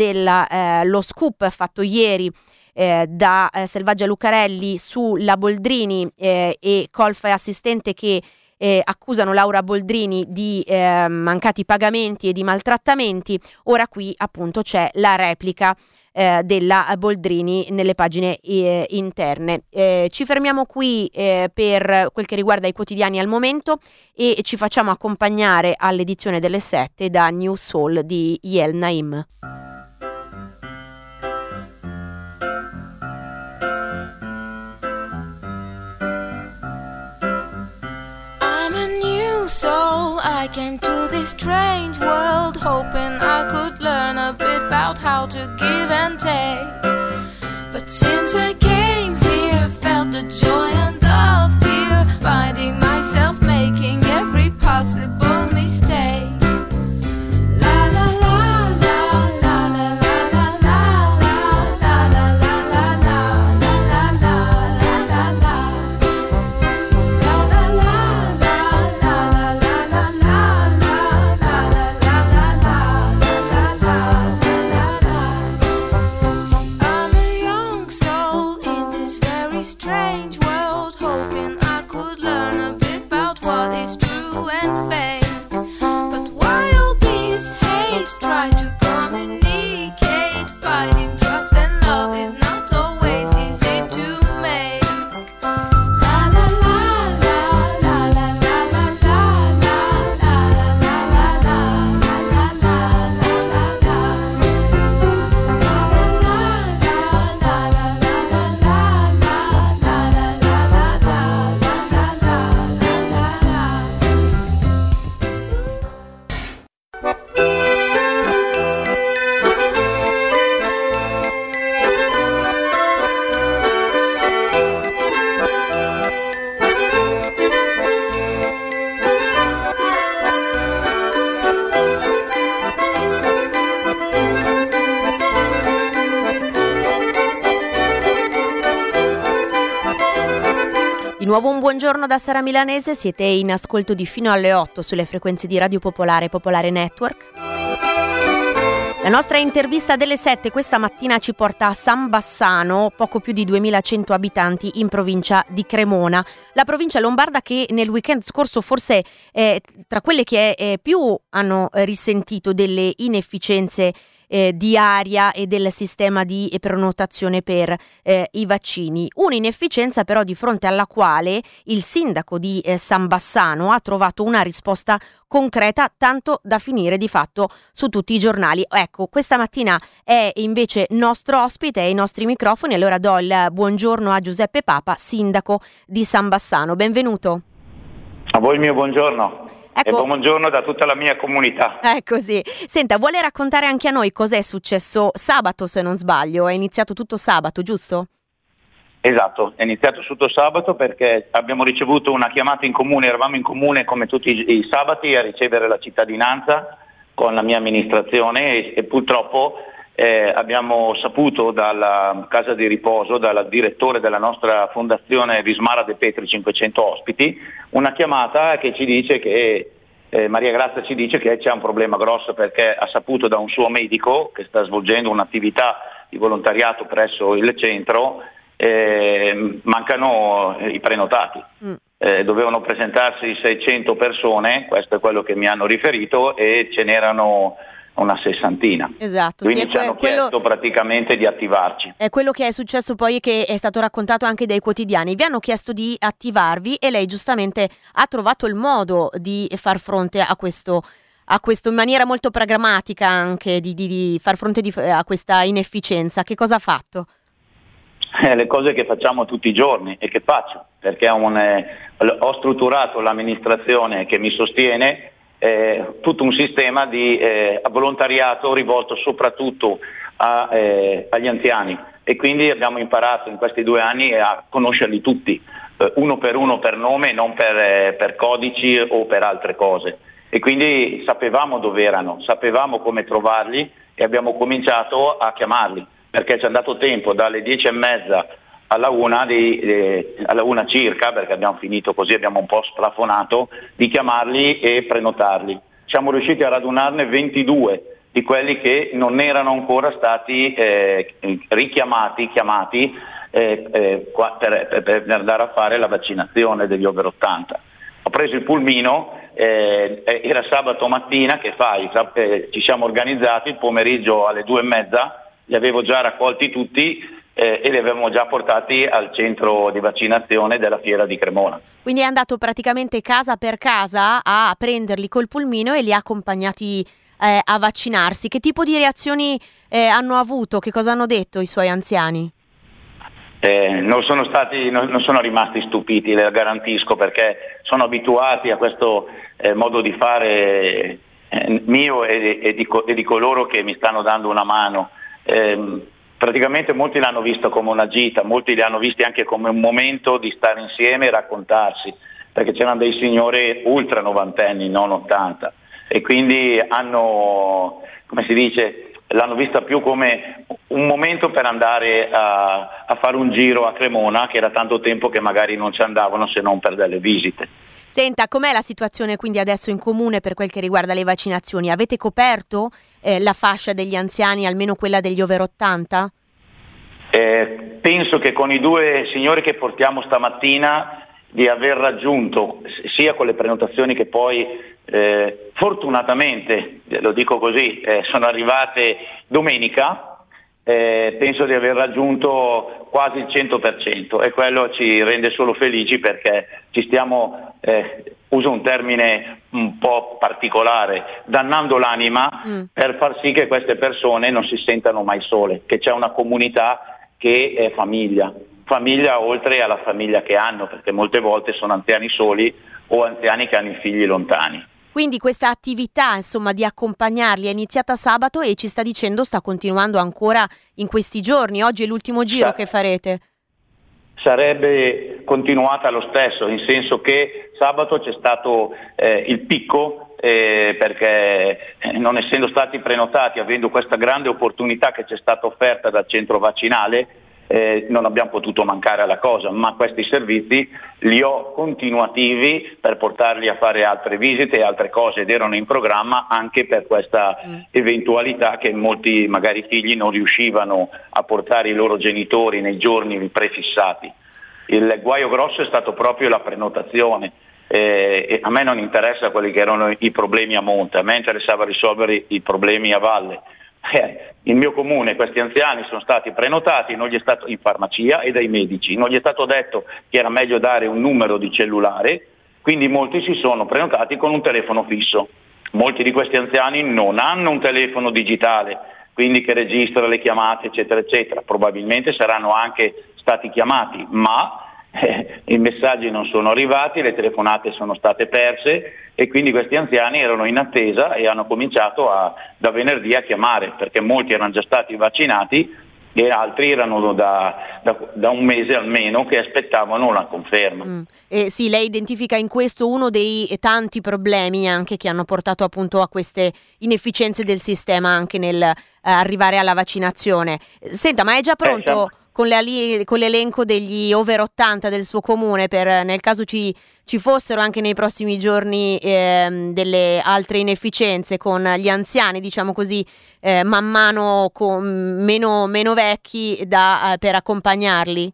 Speaker 1: dello scoop fatto ieri da Selvaggia Lucarelli sulla Boldrini e Colfa e assistente che accusano Laura Boldrini di mancati pagamenti e di maltrattamenti. Ora qui appunto c'è la replica della Boldrini nelle pagine interne. Ci fermiamo qui per quel che riguarda i quotidiani al momento e ci facciamo accompagnare all'edizione delle 7 da New Soul di Yael Naim.
Speaker 10: So I came to this strange world hoping I could learn a bit about how to give and take. But since I came here, felt the joy and the fear, finding myself making every possible mistake. La la la la la la la la la la la la la la la la la. Strange world, hoping I could learn a bit about what is true and fake. But why all this hate? Try to communicate. Finding trust and love is not always easy to make. La la la la la la la la la la la la la la la
Speaker 1: Di nuovo un buongiorno da Sara Milanese, siete in ascolto di fino alle 8 sulle frequenze di Radio Popolare e Popolare Network. La nostra intervista delle 7 questa mattina ci porta a San Bassano, poco più di 2100 abitanti in provincia di Cremona. La provincia lombarda che nel weekend scorso forse tra quelle che più hanno risentito delle inefficienze di aria e del sistema di prenotazione per i vaccini. Un'inefficienza però di fronte alla quale il sindaco di San Bassano ha trovato una risposta concreta, tanto da finire di fatto su tutti i giornali. Ecco, questa mattina è invece nostro ospite ai nostri microfoni, allora do il buongiorno a Giuseppe Papa, sindaco di San Bassano. Benvenuto.
Speaker 11: A voi il mio buongiorno.
Speaker 1: Ecco.
Speaker 11: E buongiorno da tutta la mia comunità.
Speaker 1: È così. Senta, vuole raccontare anche a noi cos'è successo sabato, se non sbaglio? È iniziato tutto sabato, giusto?
Speaker 11: Esatto, è iniziato tutto sabato perché abbiamo ricevuto una chiamata in comune, eravamo in comune come tutti i sabati a ricevere la cittadinanza con la mia amministrazione e purtroppo abbiamo saputo dalla casa di riposo, dal direttore della nostra fondazione Vismara De Petri 500 ospiti, una chiamata che ci dice che Maria Grazia ci dice che c'è un problema grosso perché ha saputo da un suo medico che sta svolgendo un'attività di volontariato presso il centro, mancano i prenotati. Dovevano presentarsi 600 persone, questo è quello che mi hanno riferito, e ce n'erano una sessantina.
Speaker 1: Esatto.
Speaker 11: Quindi
Speaker 1: sì,
Speaker 11: ci hanno chiesto praticamente di attivarci.
Speaker 1: È quello che è successo poi, che è stato raccontato anche dai quotidiani. Vi hanno chiesto di attivarvi e lei giustamente ha trovato il modo di far fronte a questo in maniera molto pragmatica, anche di far fronte a questa inefficienza. Che cosa ha fatto?
Speaker 11: Le cose che facciamo tutti i giorni e che faccio, perché ho strutturato l'amministrazione che mi sostiene, tutto un sistema di volontariato rivolto soprattutto agli anziani, e quindi abbiamo imparato in questi 2 anni a conoscerli tutti, uno per nome, non per codici o per altre cose, e quindi sapevamo dove erano, sapevamo come trovarli e abbiamo cominciato a chiamarli, perché ci è andato tempo dalle 10:30 alla 1 circa, perché abbiamo finito così, abbiamo un po' splafonato, di chiamarli e prenotarli. Siamo riusciti a radunarne 22 di quelli che non erano ancora stati chiamati per andare a fare la vaccinazione degli over 80. Ho preso il pulmino, era sabato mattina, ci siamo organizzati, il pomeriggio alle 2:30 li avevo già raccolti tutti e li avevamo già portati al centro di vaccinazione della Fiera di Cremona.
Speaker 1: Quindi è andato praticamente casa per casa a prenderli col pulmino e li ha accompagnati a vaccinarsi. Che tipo di reazioni hanno avuto? Che cosa hanno detto i suoi anziani?
Speaker 11: Non sono rimasti stupiti, le garantisco, perché sono abituati a questo modo di fare mio e di coloro che mi stanno dando una mano. Praticamente molti l'hanno visto come una gita, molti li hanno visti anche come un momento di stare insieme e raccontarsi, perché c'erano dei signori ultra novantenni, non 80, e quindi hanno, come si dice, l'hanno vista più come un momento per andare a fare un giro a Cremona, che era tanto tempo che magari non ci andavano se non per delle visite.
Speaker 1: Senta, com'è la situazione quindi adesso in comune per quel che riguarda le vaccinazioni? Avete coperto la fascia degli anziani, almeno quella degli over 80?
Speaker 11: Penso che con i 2 signori che portiamo stamattina di aver raggiunto, sia con le prenotazioni che poi fortunatamente, lo dico così, sono arrivate domenica, penso di aver raggiunto quasi il 100%, e quello ci rende solo felici, perché ci stiamo, uso un termine un po' particolare, dannando l'anima per far sì che queste persone non si sentano mai sole, che c'è una comunità che è famiglia oltre alla famiglia che hanno, perché molte volte sono anziani soli o anziani che hanno i figli lontani.
Speaker 1: Quindi questa attività, insomma, di accompagnarli è iniziata sabato e ci sta dicendo sta continuando ancora in questi giorni. Oggi è l'ultimo giro che farete.
Speaker 11: Sarebbe continuata lo stesso, in senso che sabato c'è stato il picco, perché non essendo stati prenotati, avendo questa grande opportunità che ci è stata offerta dal centro vaccinale, non abbiamo potuto mancare alla cosa, ma questi servizi li ho continuativi per portarli a fare altre visite e altre cose, ed erano in programma anche per questa eventualità che molti magari figli non riuscivano a portare i loro genitori nei giorni prefissati. Il guaio grosso è stato proprio la prenotazione. E a me non interessa quelli che erano i problemi a monte, a me interessava risolvere i problemi a valle. Il mio comune, questi anziani sono stati prenotati, non gli è stato, in farmacia e dai medici, non gli è stato detto che era meglio dare un numero di cellulare, quindi molti si sono prenotati con un telefono fisso. Molti di questi anziani non hanno un telefono digitale, quindi che registra le chiamate, eccetera, eccetera. Probabilmente saranno anche stati chiamati, ma i messaggi non sono arrivati, le telefonate sono state perse, e quindi questi anziani erano in attesa e hanno cominciato da venerdì a chiamare, perché molti erano già stati vaccinati e altri erano da un mese almeno che aspettavano la conferma.
Speaker 1: Sì, lei identifica in questo uno dei tanti problemi anche che hanno portato appunto a queste inefficienze del sistema anche nel arrivare alla vaccinazione. Senta, ma è già pronto con l'elenco degli over 80 del suo comune, per nel caso ci fossero anche nei prossimi giorni delle altre inefficienze con gli anziani, diciamo così, man mano meno vecchi per accompagnarli?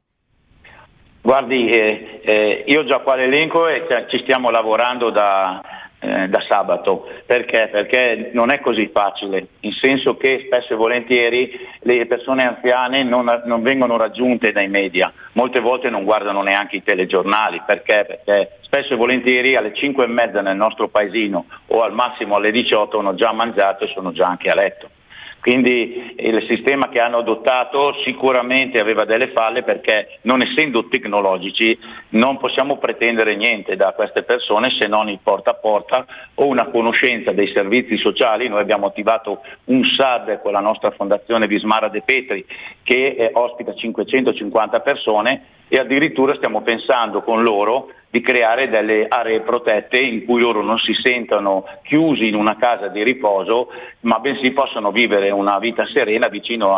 Speaker 11: Guardi, io ho già qua l'elenco e ci stiamo lavorando da sabato. Perché non è così facile, in senso che spesso e volentieri le persone anziane non vengono raggiunte dai media, molte volte non guardano neanche i telegiornali. Perché spesso e volentieri alle 5:30 nel nostro paesino o al massimo alle 18 hanno già mangiato e sono già anche a letto. Quindi il sistema che hanno adottato sicuramente aveva delle falle, perché non essendo tecnologici non possiamo pretendere niente da queste persone se non il porta a porta o una conoscenza dei servizi sociali. Noi abbiamo attivato un SAD con la nostra fondazione Vismara De Petri che ospita 550 persone, e addirittura stiamo pensando con loro di creare delle aree protette in cui loro non si sentano chiusi in una casa di riposo, ma bensì possono vivere una vita serena vicino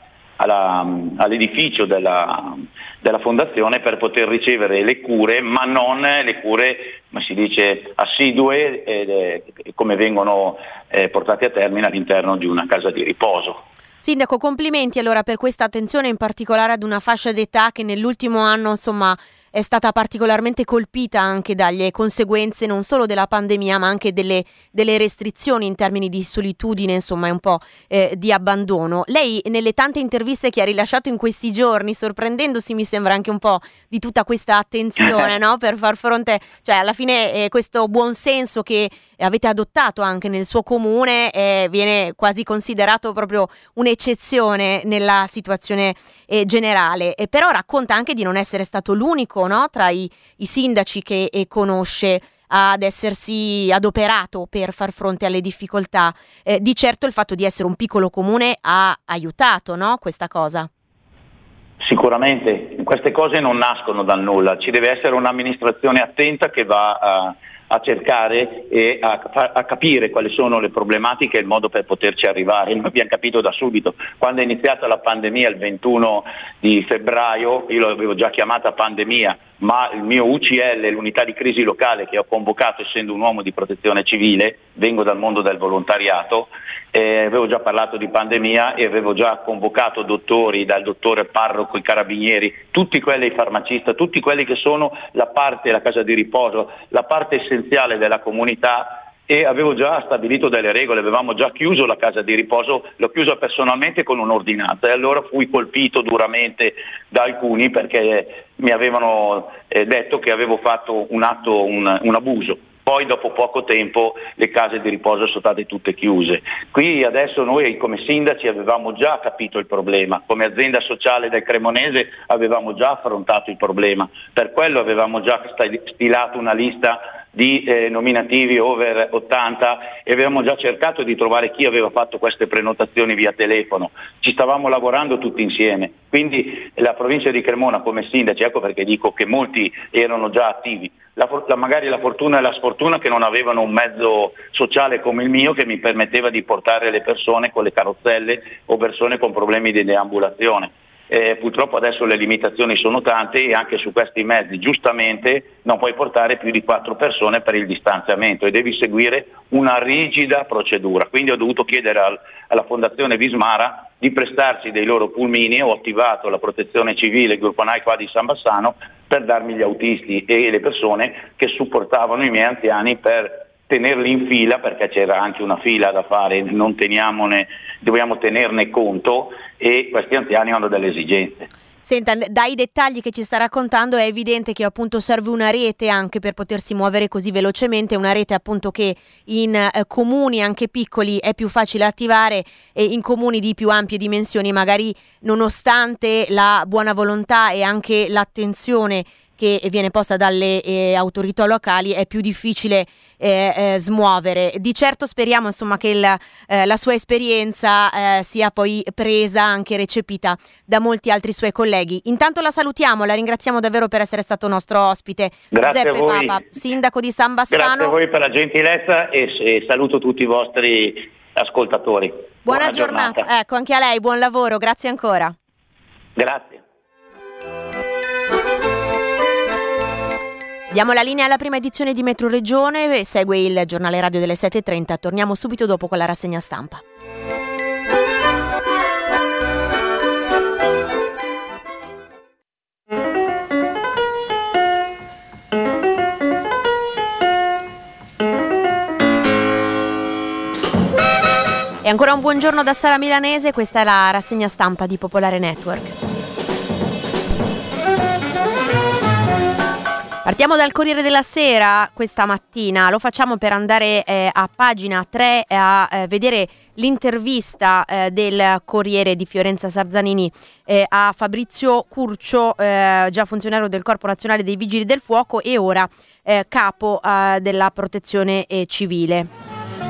Speaker 11: all'edificio della fondazione, per poter ricevere le cure, ma non le cure, come si dice, assidue, come vengono portate a termine all'interno di una casa di riposo.
Speaker 1: Sindaco, complimenti allora per questa attenzione in particolare ad una fascia d'età che nell'ultimo anno insomma è stata particolarmente colpita anche dalle conseguenze non solo della pandemia, ma anche delle restrizioni in termini di solitudine, insomma, e un po' di abbandono. Lei, nelle tante interviste che ha rilasciato in questi giorni, sorprendendosi, mi sembra, anche un po' di tutta questa attenzione, no? Per far fronte, cioè alla fine questo buon senso che avete adottato anche nel suo comune viene quasi considerato proprio un'eccezione nella situazione generale, però racconta anche di non essere stato l'unico, no? Tra i sindaci che conosce ad essersi adoperato per far fronte alle difficoltà. Di certo il fatto di essere un piccolo comune ha aiutato, no? Questa cosa.
Speaker 11: Sicuramente, queste cose non nascono dal nulla, ci deve essere un'amministrazione attenta che va a cercare e a capire quali sono le problematiche e il modo per poterci arrivare. Noi abbiamo capito da subito, quando è iniziata la pandemia il 21 di febbraio, io l'avevo già chiamata pandemia, ma il mio UCL, l'unità di crisi locale che ho convocato essendo un uomo di protezione civile, vengo dal mondo del volontariato, avevo già parlato di pandemia e avevo già convocato dottori, dal dottore parroco, i carabinieri, tutti quelli farmacisti, tutti quelli che sono la casa di riposo, la parte essenziale della comunità, e avevo già stabilito delle regole, avevamo già chiuso la casa di riposo, l'ho chiusa personalmente con un'ordinanza e allora fui colpito duramente da alcuni perché mi avevano detto che avevo fatto un abuso. Poi dopo poco tempo le case di riposo sono state tutte chiuse. Qui adesso noi come sindaci avevamo già capito il problema, come azienda sociale del Cremonese avevamo già affrontato il problema, per quello avevamo già stilato una lista di nominativi over 80 e avevamo già cercato di trovare chi aveva fatto queste prenotazioni via telefono. Ci stavamo lavorando tutti insieme, quindi la provincia di Cremona come sindaci, ecco perché dico che molti erano già attivi, magari la fortuna e la sfortuna che non avevano un mezzo sociale come il mio che mi permetteva di portare le persone con le carrozzelle o persone con problemi di deambulazione. Purtroppo adesso le limitazioni sono tante e anche su questi mezzi giustamente non puoi portare più di 4 persone per il distanziamento e devi seguire una rigida procedura. Quindi ho dovuto chiedere alla Fondazione Vismara di prestarci dei loro pulmini, ho attivato la protezione civile, il gruppo NAI qua di San Bassano, per darmi gli autisti e le persone che supportavano i miei anziani per tenerli in fila, perché c'era anche una fila da fare, dobbiamo tenerne conto e questi anziani hanno delle esigenze.
Speaker 1: Senta, dai dettagli che ci sta raccontando è evidente che appunto serve una rete anche per potersi muovere così velocemente, una rete appunto che in comuni anche piccoli è più facile attivare e in comuni di più ampie dimensioni magari, nonostante la buona volontà e anche l'attenzione che viene posta dalle autorità locali, è più difficile smuovere. Di certo speriamo insomma che la sua esperienza sia poi presa, anche recepita da molti altri suoi colleghi. Intanto la salutiamo, la ringraziamo davvero per essere stato nostro ospite.
Speaker 11: Grazie
Speaker 1: Giuseppe
Speaker 11: a voi.
Speaker 1: Papa, sindaco di San Bassano.
Speaker 11: Grazie a voi per la gentilezza e saluto tutti i vostri ascoltatori.
Speaker 1: Buona giornata. Ecco, anche a lei, buon lavoro, grazie ancora.
Speaker 11: Grazie.
Speaker 1: Diamo la linea alla prima edizione di Metro Regione, segue il giornale radio delle 7.30, torniamo subito dopo con la rassegna stampa. E ancora un buongiorno da Sara Milanese, questa è la rassegna stampa di Popolare Network. Partiamo dal Corriere della Sera questa mattina, lo facciamo per andare a pagina 3 a vedere l'intervista del Corriere di Fiorenza Sarzanini a Fabrizio Curcio, già funzionario del Corpo Nazionale dei Vigili del Fuoco e ora capo della Protezione Civile.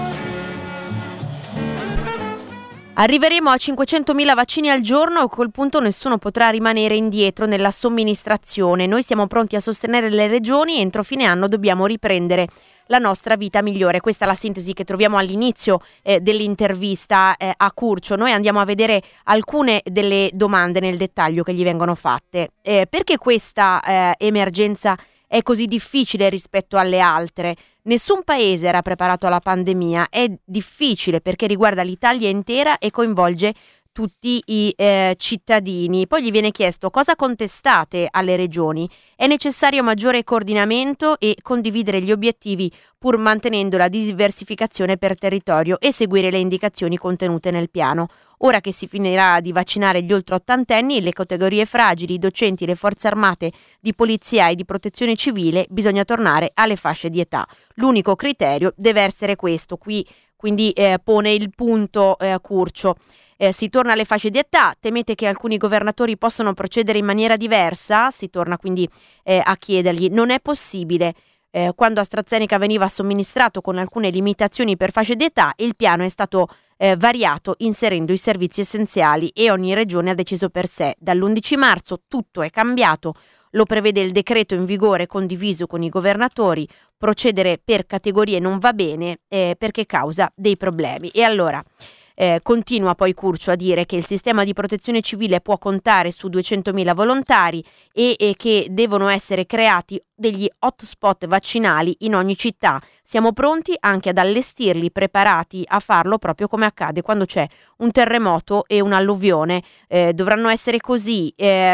Speaker 1: Arriveremo a 500.000 vaccini al giorno e a quel punto nessuno potrà rimanere indietro nella somministrazione. Noi siamo pronti a sostenere le regioni e entro fine anno dobbiamo riprendere la nostra vita migliore. Questa è la sintesi che troviamo all'inizio dell'intervista a Curcio. Noi andiamo a vedere alcune delle domande nel dettaglio che gli vengono fatte. Perché questa emergenza è così difficile rispetto alle altre? Nessun paese era preparato alla pandemia, è difficile perché riguarda l'Italia intera e coinvolge tutti i cittadini. Poi gli viene chiesto cosa contestate alle regioni. È necessario maggiore coordinamento e condividere gli obiettivi pur mantenendo la diversificazione per territorio e seguire le indicazioni contenute nel piano. Ora che si finirà di vaccinare gli oltre ottantenni, le categorie fragili, i docenti, le forze armate, di polizia e di protezione civile, bisogna tornare alle fasce di età. L'unico criterio deve essere questo. Qui quindi pone il punto Curcio. Si torna alle fasce di età, temete che alcuni governatori possano procedere in maniera diversa? Si torna quindi a chiedergli. Non è possibile. Quando AstraZeneca veniva somministrato con alcune limitazioni per fasce di età, il piano è stato variato inserendo i servizi essenziali e ogni regione ha deciso per sé. Dall'11 marzo tutto è cambiato, lo prevede il decreto in vigore condiviso con i governatori, procedere per categorie non va bene perché causa dei problemi. E allora continua poi Curcio a dire che il sistema di protezione civile può contare su 200.000 volontari e che devono essere creati degli hotspot vaccinali in ogni città. Siamo pronti anche ad allestirli, preparati a farlo proprio come accade quando c'è un terremoto e un'alluvione. Dovranno essere così,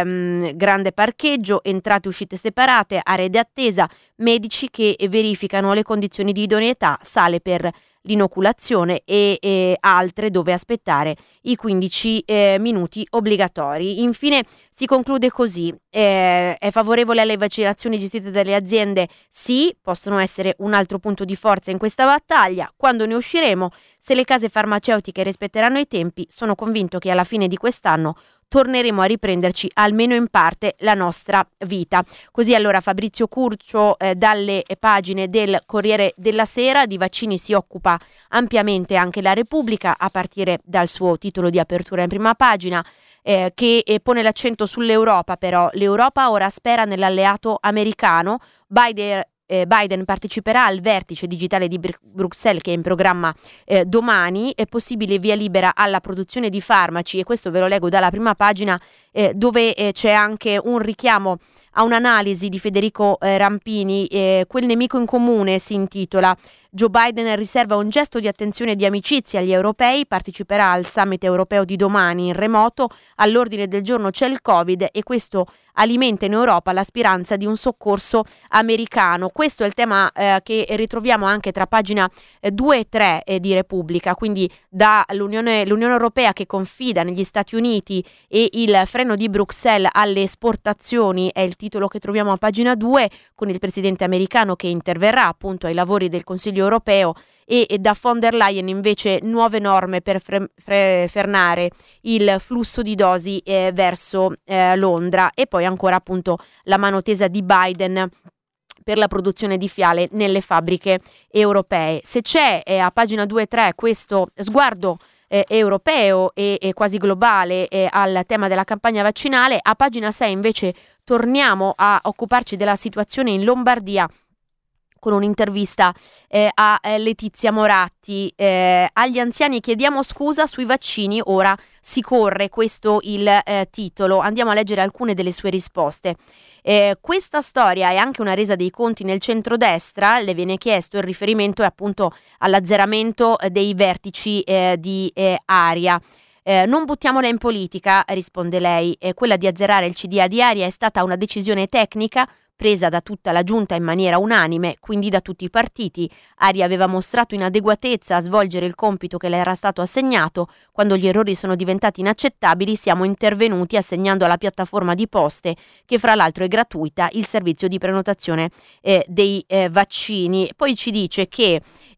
Speaker 1: grande parcheggio, entrate e uscite separate, aree di attesa, medici che verificano le condizioni di idoneità, sale per l'inoculazione e altre dove aspettare i 15 minuti obbligatori. Infine si conclude così: è favorevole alle vaccinazioni gestite dalle aziende? Sì, possono essere un altro punto di forza in questa battaglia. Quando ne usciremo, se le case farmaceutiche rispetteranno i tempi, sono convinto che alla fine di quest'anno torneremo a riprenderci almeno in parte la nostra vita. Così allora Fabrizio Curcio dalle pagine del Corriere della Sera. Di vaccini si occupa ampiamente anche la Repubblica, a partire dal suo titolo di apertura in prima pagina, che pone l'accento sull'Europa. Però l'Europa ora spera nell'alleato americano. Biden parteciperà al vertice digitale di Bruxelles che è in programma domani. È possibile via libera alla produzione di farmaci, e questo ve lo leggo dalla prima pagina, dove c'è anche un richiamo a un'analisi di Federico Rampini. Quel nemico in comune si intitola. Joe Biden riserva un gesto di attenzione e di amicizia agli europei, parteciperà al summit europeo di domani in remoto, all'ordine del giorno c'è il Covid e questo alimenta in Europa la speranza di un soccorso americano. Questo è il tema che ritroviamo anche tra pagina 2 e 3 di Repubblica, quindi l'Unione Europea che confida negli Stati Uniti e il freno di Bruxelles alle esportazioni è il titolo che troviamo a pagina 2, con il presidente americano che interverrà appunto ai lavori del Consiglio europeo, e da von der Leyen invece nuove norme per frenare il flusso di dosi verso Londra, e poi ancora appunto la mano tesa di Biden per la produzione di fiale nelle fabbriche europee. Se c'è a pagina 2 e 3 questo sguardo europeo e quasi globale al tema della campagna vaccinale, a pagina 6 invece torniamo a occuparci della situazione in Lombardia con un'intervista a Letizia Moratti. Agli anziani chiediamo scusa sui vaccini, ora si corre, questo il titolo. Andiamo a leggere alcune delle sue risposte. Questa storia è anche una resa dei conti nel centrodestra. Le viene chiesto, il riferimento è appunto all'azzeramento dei vertici di Aria. Non buttiamola in politica, risponde lei. Quella di azzerare il CDA di Aria è stata una decisione tecnica presa da tutta la giunta in maniera unanime, quindi da tutti i partiti. Aria aveva mostrato inadeguatezza a svolgere il compito che le era stato assegnato. Quando gli errori sono diventati inaccettabili siamo intervenuti assegnando alla piattaforma di Poste, che fra l'altro è gratuita, il servizio di prenotazione dei vaccini. Poi ci dice che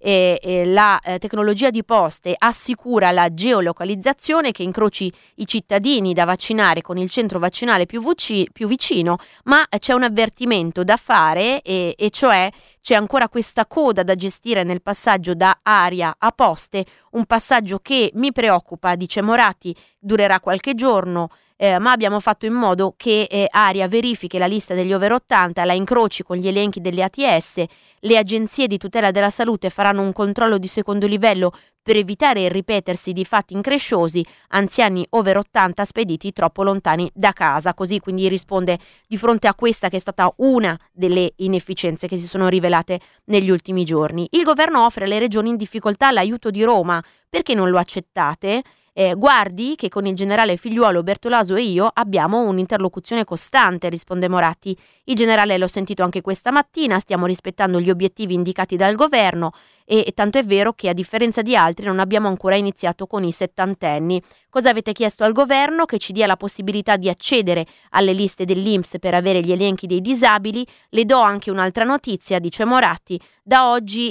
Speaker 1: la tecnologia di Poste assicura la geolocalizzazione che incroci i cittadini da vaccinare con il centro vaccinale più vicino, ma c'è un avvertimento da fare e cioè c'è ancora questa coda da gestire nel passaggio da Aria a Poste, un passaggio che mi preoccupa, dice Moratti, durerà qualche giorno, ma abbiamo fatto in modo che Aria verifichi la lista degli over 80, la incroci con gli elenchi delle ATS, le agenzie di tutela della salute faranno un controllo di secondo livello per evitare il ripetersi di fatti incresciosi, anziani over 80 spediti troppo lontani da casa. Così quindi risponde di fronte a questa che è stata una delle inefficienze che si sono rivelate negli ultimi giorni. Il governo offre alle regioni in difficoltà l'aiuto di Roma, perché non lo accettate? Guardi che con il generale Figliuolo, Bertolaso e io abbiamo un'interlocuzione costante, risponde Moratti. Il generale l'ho sentito anche questa mattina, stiamo rispettando gli obiettivi indicati dal governo e tanto è vero che a differenza di altri non abbiamo ancora iniziato con i settantenni. Cosa avete chiesto al governo? Che ci dia la possibilità di accedere alle liste dell'INPS per avere gli elenchi dei disabili. Le do anche un'altra notizia, dice Moratti, da oggi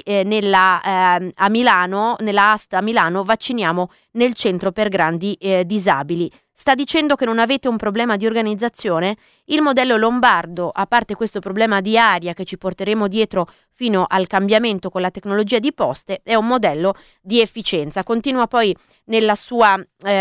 Speaker 1: a Milano, nella AST a Milano, vacciniamo nel centro per grandi disabili. Sta dicendo che non avete un problema di organizzazione? Il modello lombardo, a parte questo problema di aria che ci porteremo dietro fino al cambiamento con la tecnologia di Poste, è un modello di efficienza. Continua poi nella sua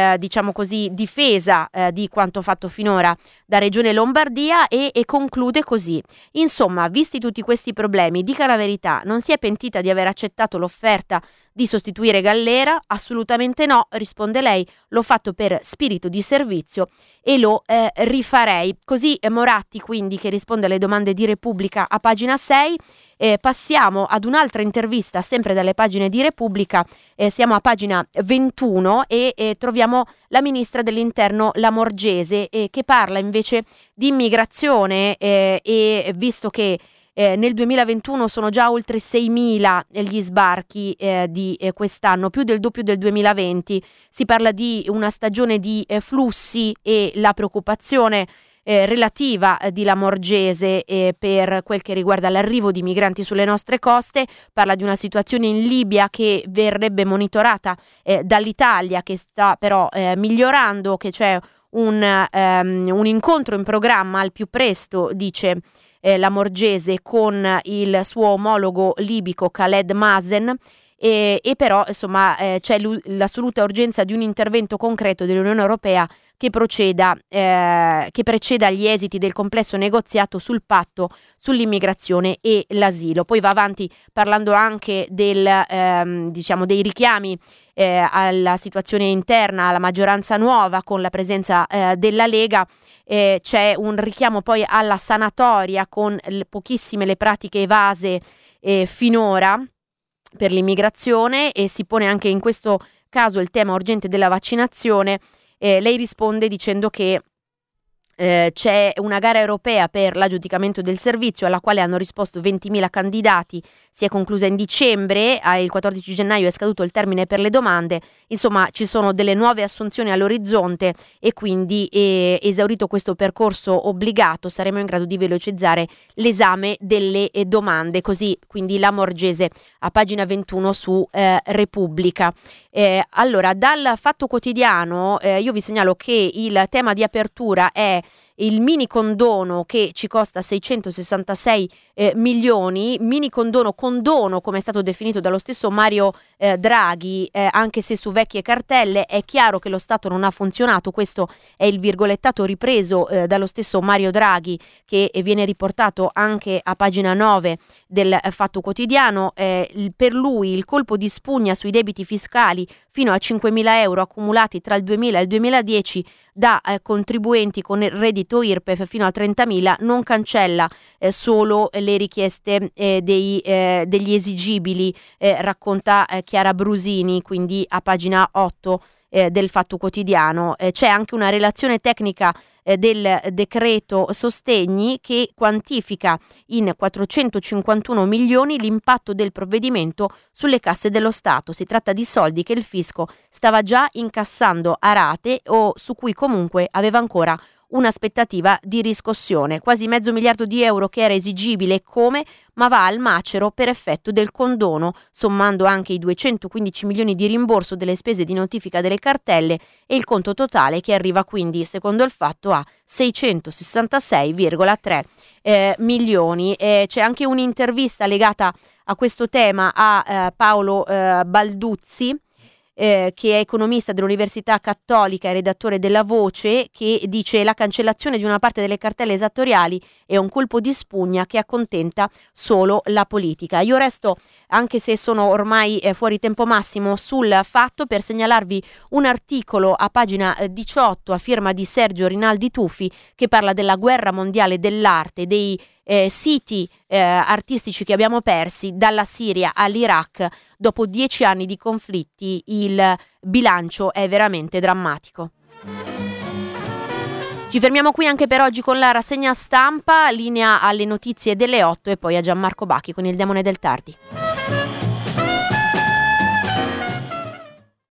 Speaker 1: difesa di quanto fatto finora da Regione Lombardia e conclude così: insomma, visti tutti questi problemi, dica la verità, non si è pentita di aver accettato l'offerta di sostituire Gallera? Assolutamente no, risponde lei, l'ho fatto per spirito di servizio e lo rifarei. Così Moratti, quindi, che risponde alle domande di Repubblica a pagina 6. Passiamo ad un'altra intervista sempre dalle pagine di Repubblica, siamo a pagina 21 e troviamo la ministra dell'Interno Lamorgese che parla invece di immigrazione e visto che nel 2021 sono già oltre 6.000 gli sbarchi di quest'anno, più del doppio del 2020, si parla di una stagione di flussi e la preoccupazione relativa di Lamorgese per quel che riguarda l'arrivo di migranti sulle nostre coste. Parla di una situazione in Libia che verrebbe monitorata dall'Italia, che sta però migliorando, che c'è un incontro in programma al più presto, dice Lamorgese, con il suo omologo libico Khaled Mazen. E però insomma c'è l'assoluta urgenza di un intervento concreto dell'Unione Europea che preceda gli esiti del complesso negoziato sul patto sull'immigrazione e l'asilo. Poi va avanti parlando anche dei richiami alla situazione interna, alla maggioranza nuova con la presenza della Lega. C'è un richiamo poi alla sanatoria con pochissime le pratiche evase finora per l'immigrazione, e si pone anche in questo caso il tema urgente della vaccinazione. Lei risponde dicendo che c'è una gara europea per l'aggiudicamento del servizio alla quale hanno risposto 20.000 candidati, si è conclusa in dicembre, il 14 gennaio è scaduto il termine per le domande, insomma ci sono delle nuove assunzioni all'orizzonte e quindi esaurito questo percorso obbligato saremo in grado di velocizzare l'esame delle domande. Così quindi Lamorgese a pagina 21 su Repubblica. Allora, dal Fatto Quotidiano io vi segnalo che il tema di apertura è il mini condono che ci costa 666 milioni, mini condono come è stato definito dallo stesso Mario Draghi, anche se su vecchie cartelle. È chiaro che lo Stato non ha funzionato, questo è il virgolettato ripreso dallo stesso Mario Draghi, che viene riportato anche a pagina 9 del Fatto Quotidiano. Per lui il colpo di spugna sui debiti fiscali fino a 5.000 euro accumulati tra il 2000 e il 2010 da contribuenti con reddito IRPEF fino a 30.000 non cancella solo le richieste degli esigibili, racconta Chiara Brusini, quindi a pagina 8 del Fatto Quotidiano. C'è anche una relazione tecnica del decreto sostegni che quantifica in 451 milioni l'impatto del provvedimento sulle casse dello Stato. Si tratta di soldi che il fisco stava già incassando a rate o su cui comunque aveva ancora un'aspettativa di riscossione. Quasi $500 miliardi che era esigibile come, ma va al macero per effetto del condono, sommando anche i 215 milioni di rimborso delle spese di notifica delle cartelle e il conto totale che arriva quindi, secondo il Fatto, a 666,3 milioni. C'è anche un'intervista legata a questo tema a Paolo Balduzzi, che è economista dell'Università Cattolica e redattore della Voce, che dice: la cancellazione di una parte delle cartelle esattoriali è un colpo di spugna che accontenta solo la politica. Io resto, anche se sono ormai fuori tempo massimo, sul Fatto per segnalarvi un articolo a pagina 18 a firma di Sergio Rinaldi Tuffi che parla della guerra mondiale dell'arte, dei siti artistici che abbiamo persi dalla Siria all'Iraq. Dopo 10 anni di conflitti il bilancio è veramente drammatico. Ci fermiamo qui anche per oggi con la rassegna stampa, linea alle notizie delle 8 e poi a Gianmarco Bacchi con il Demone del Tardi.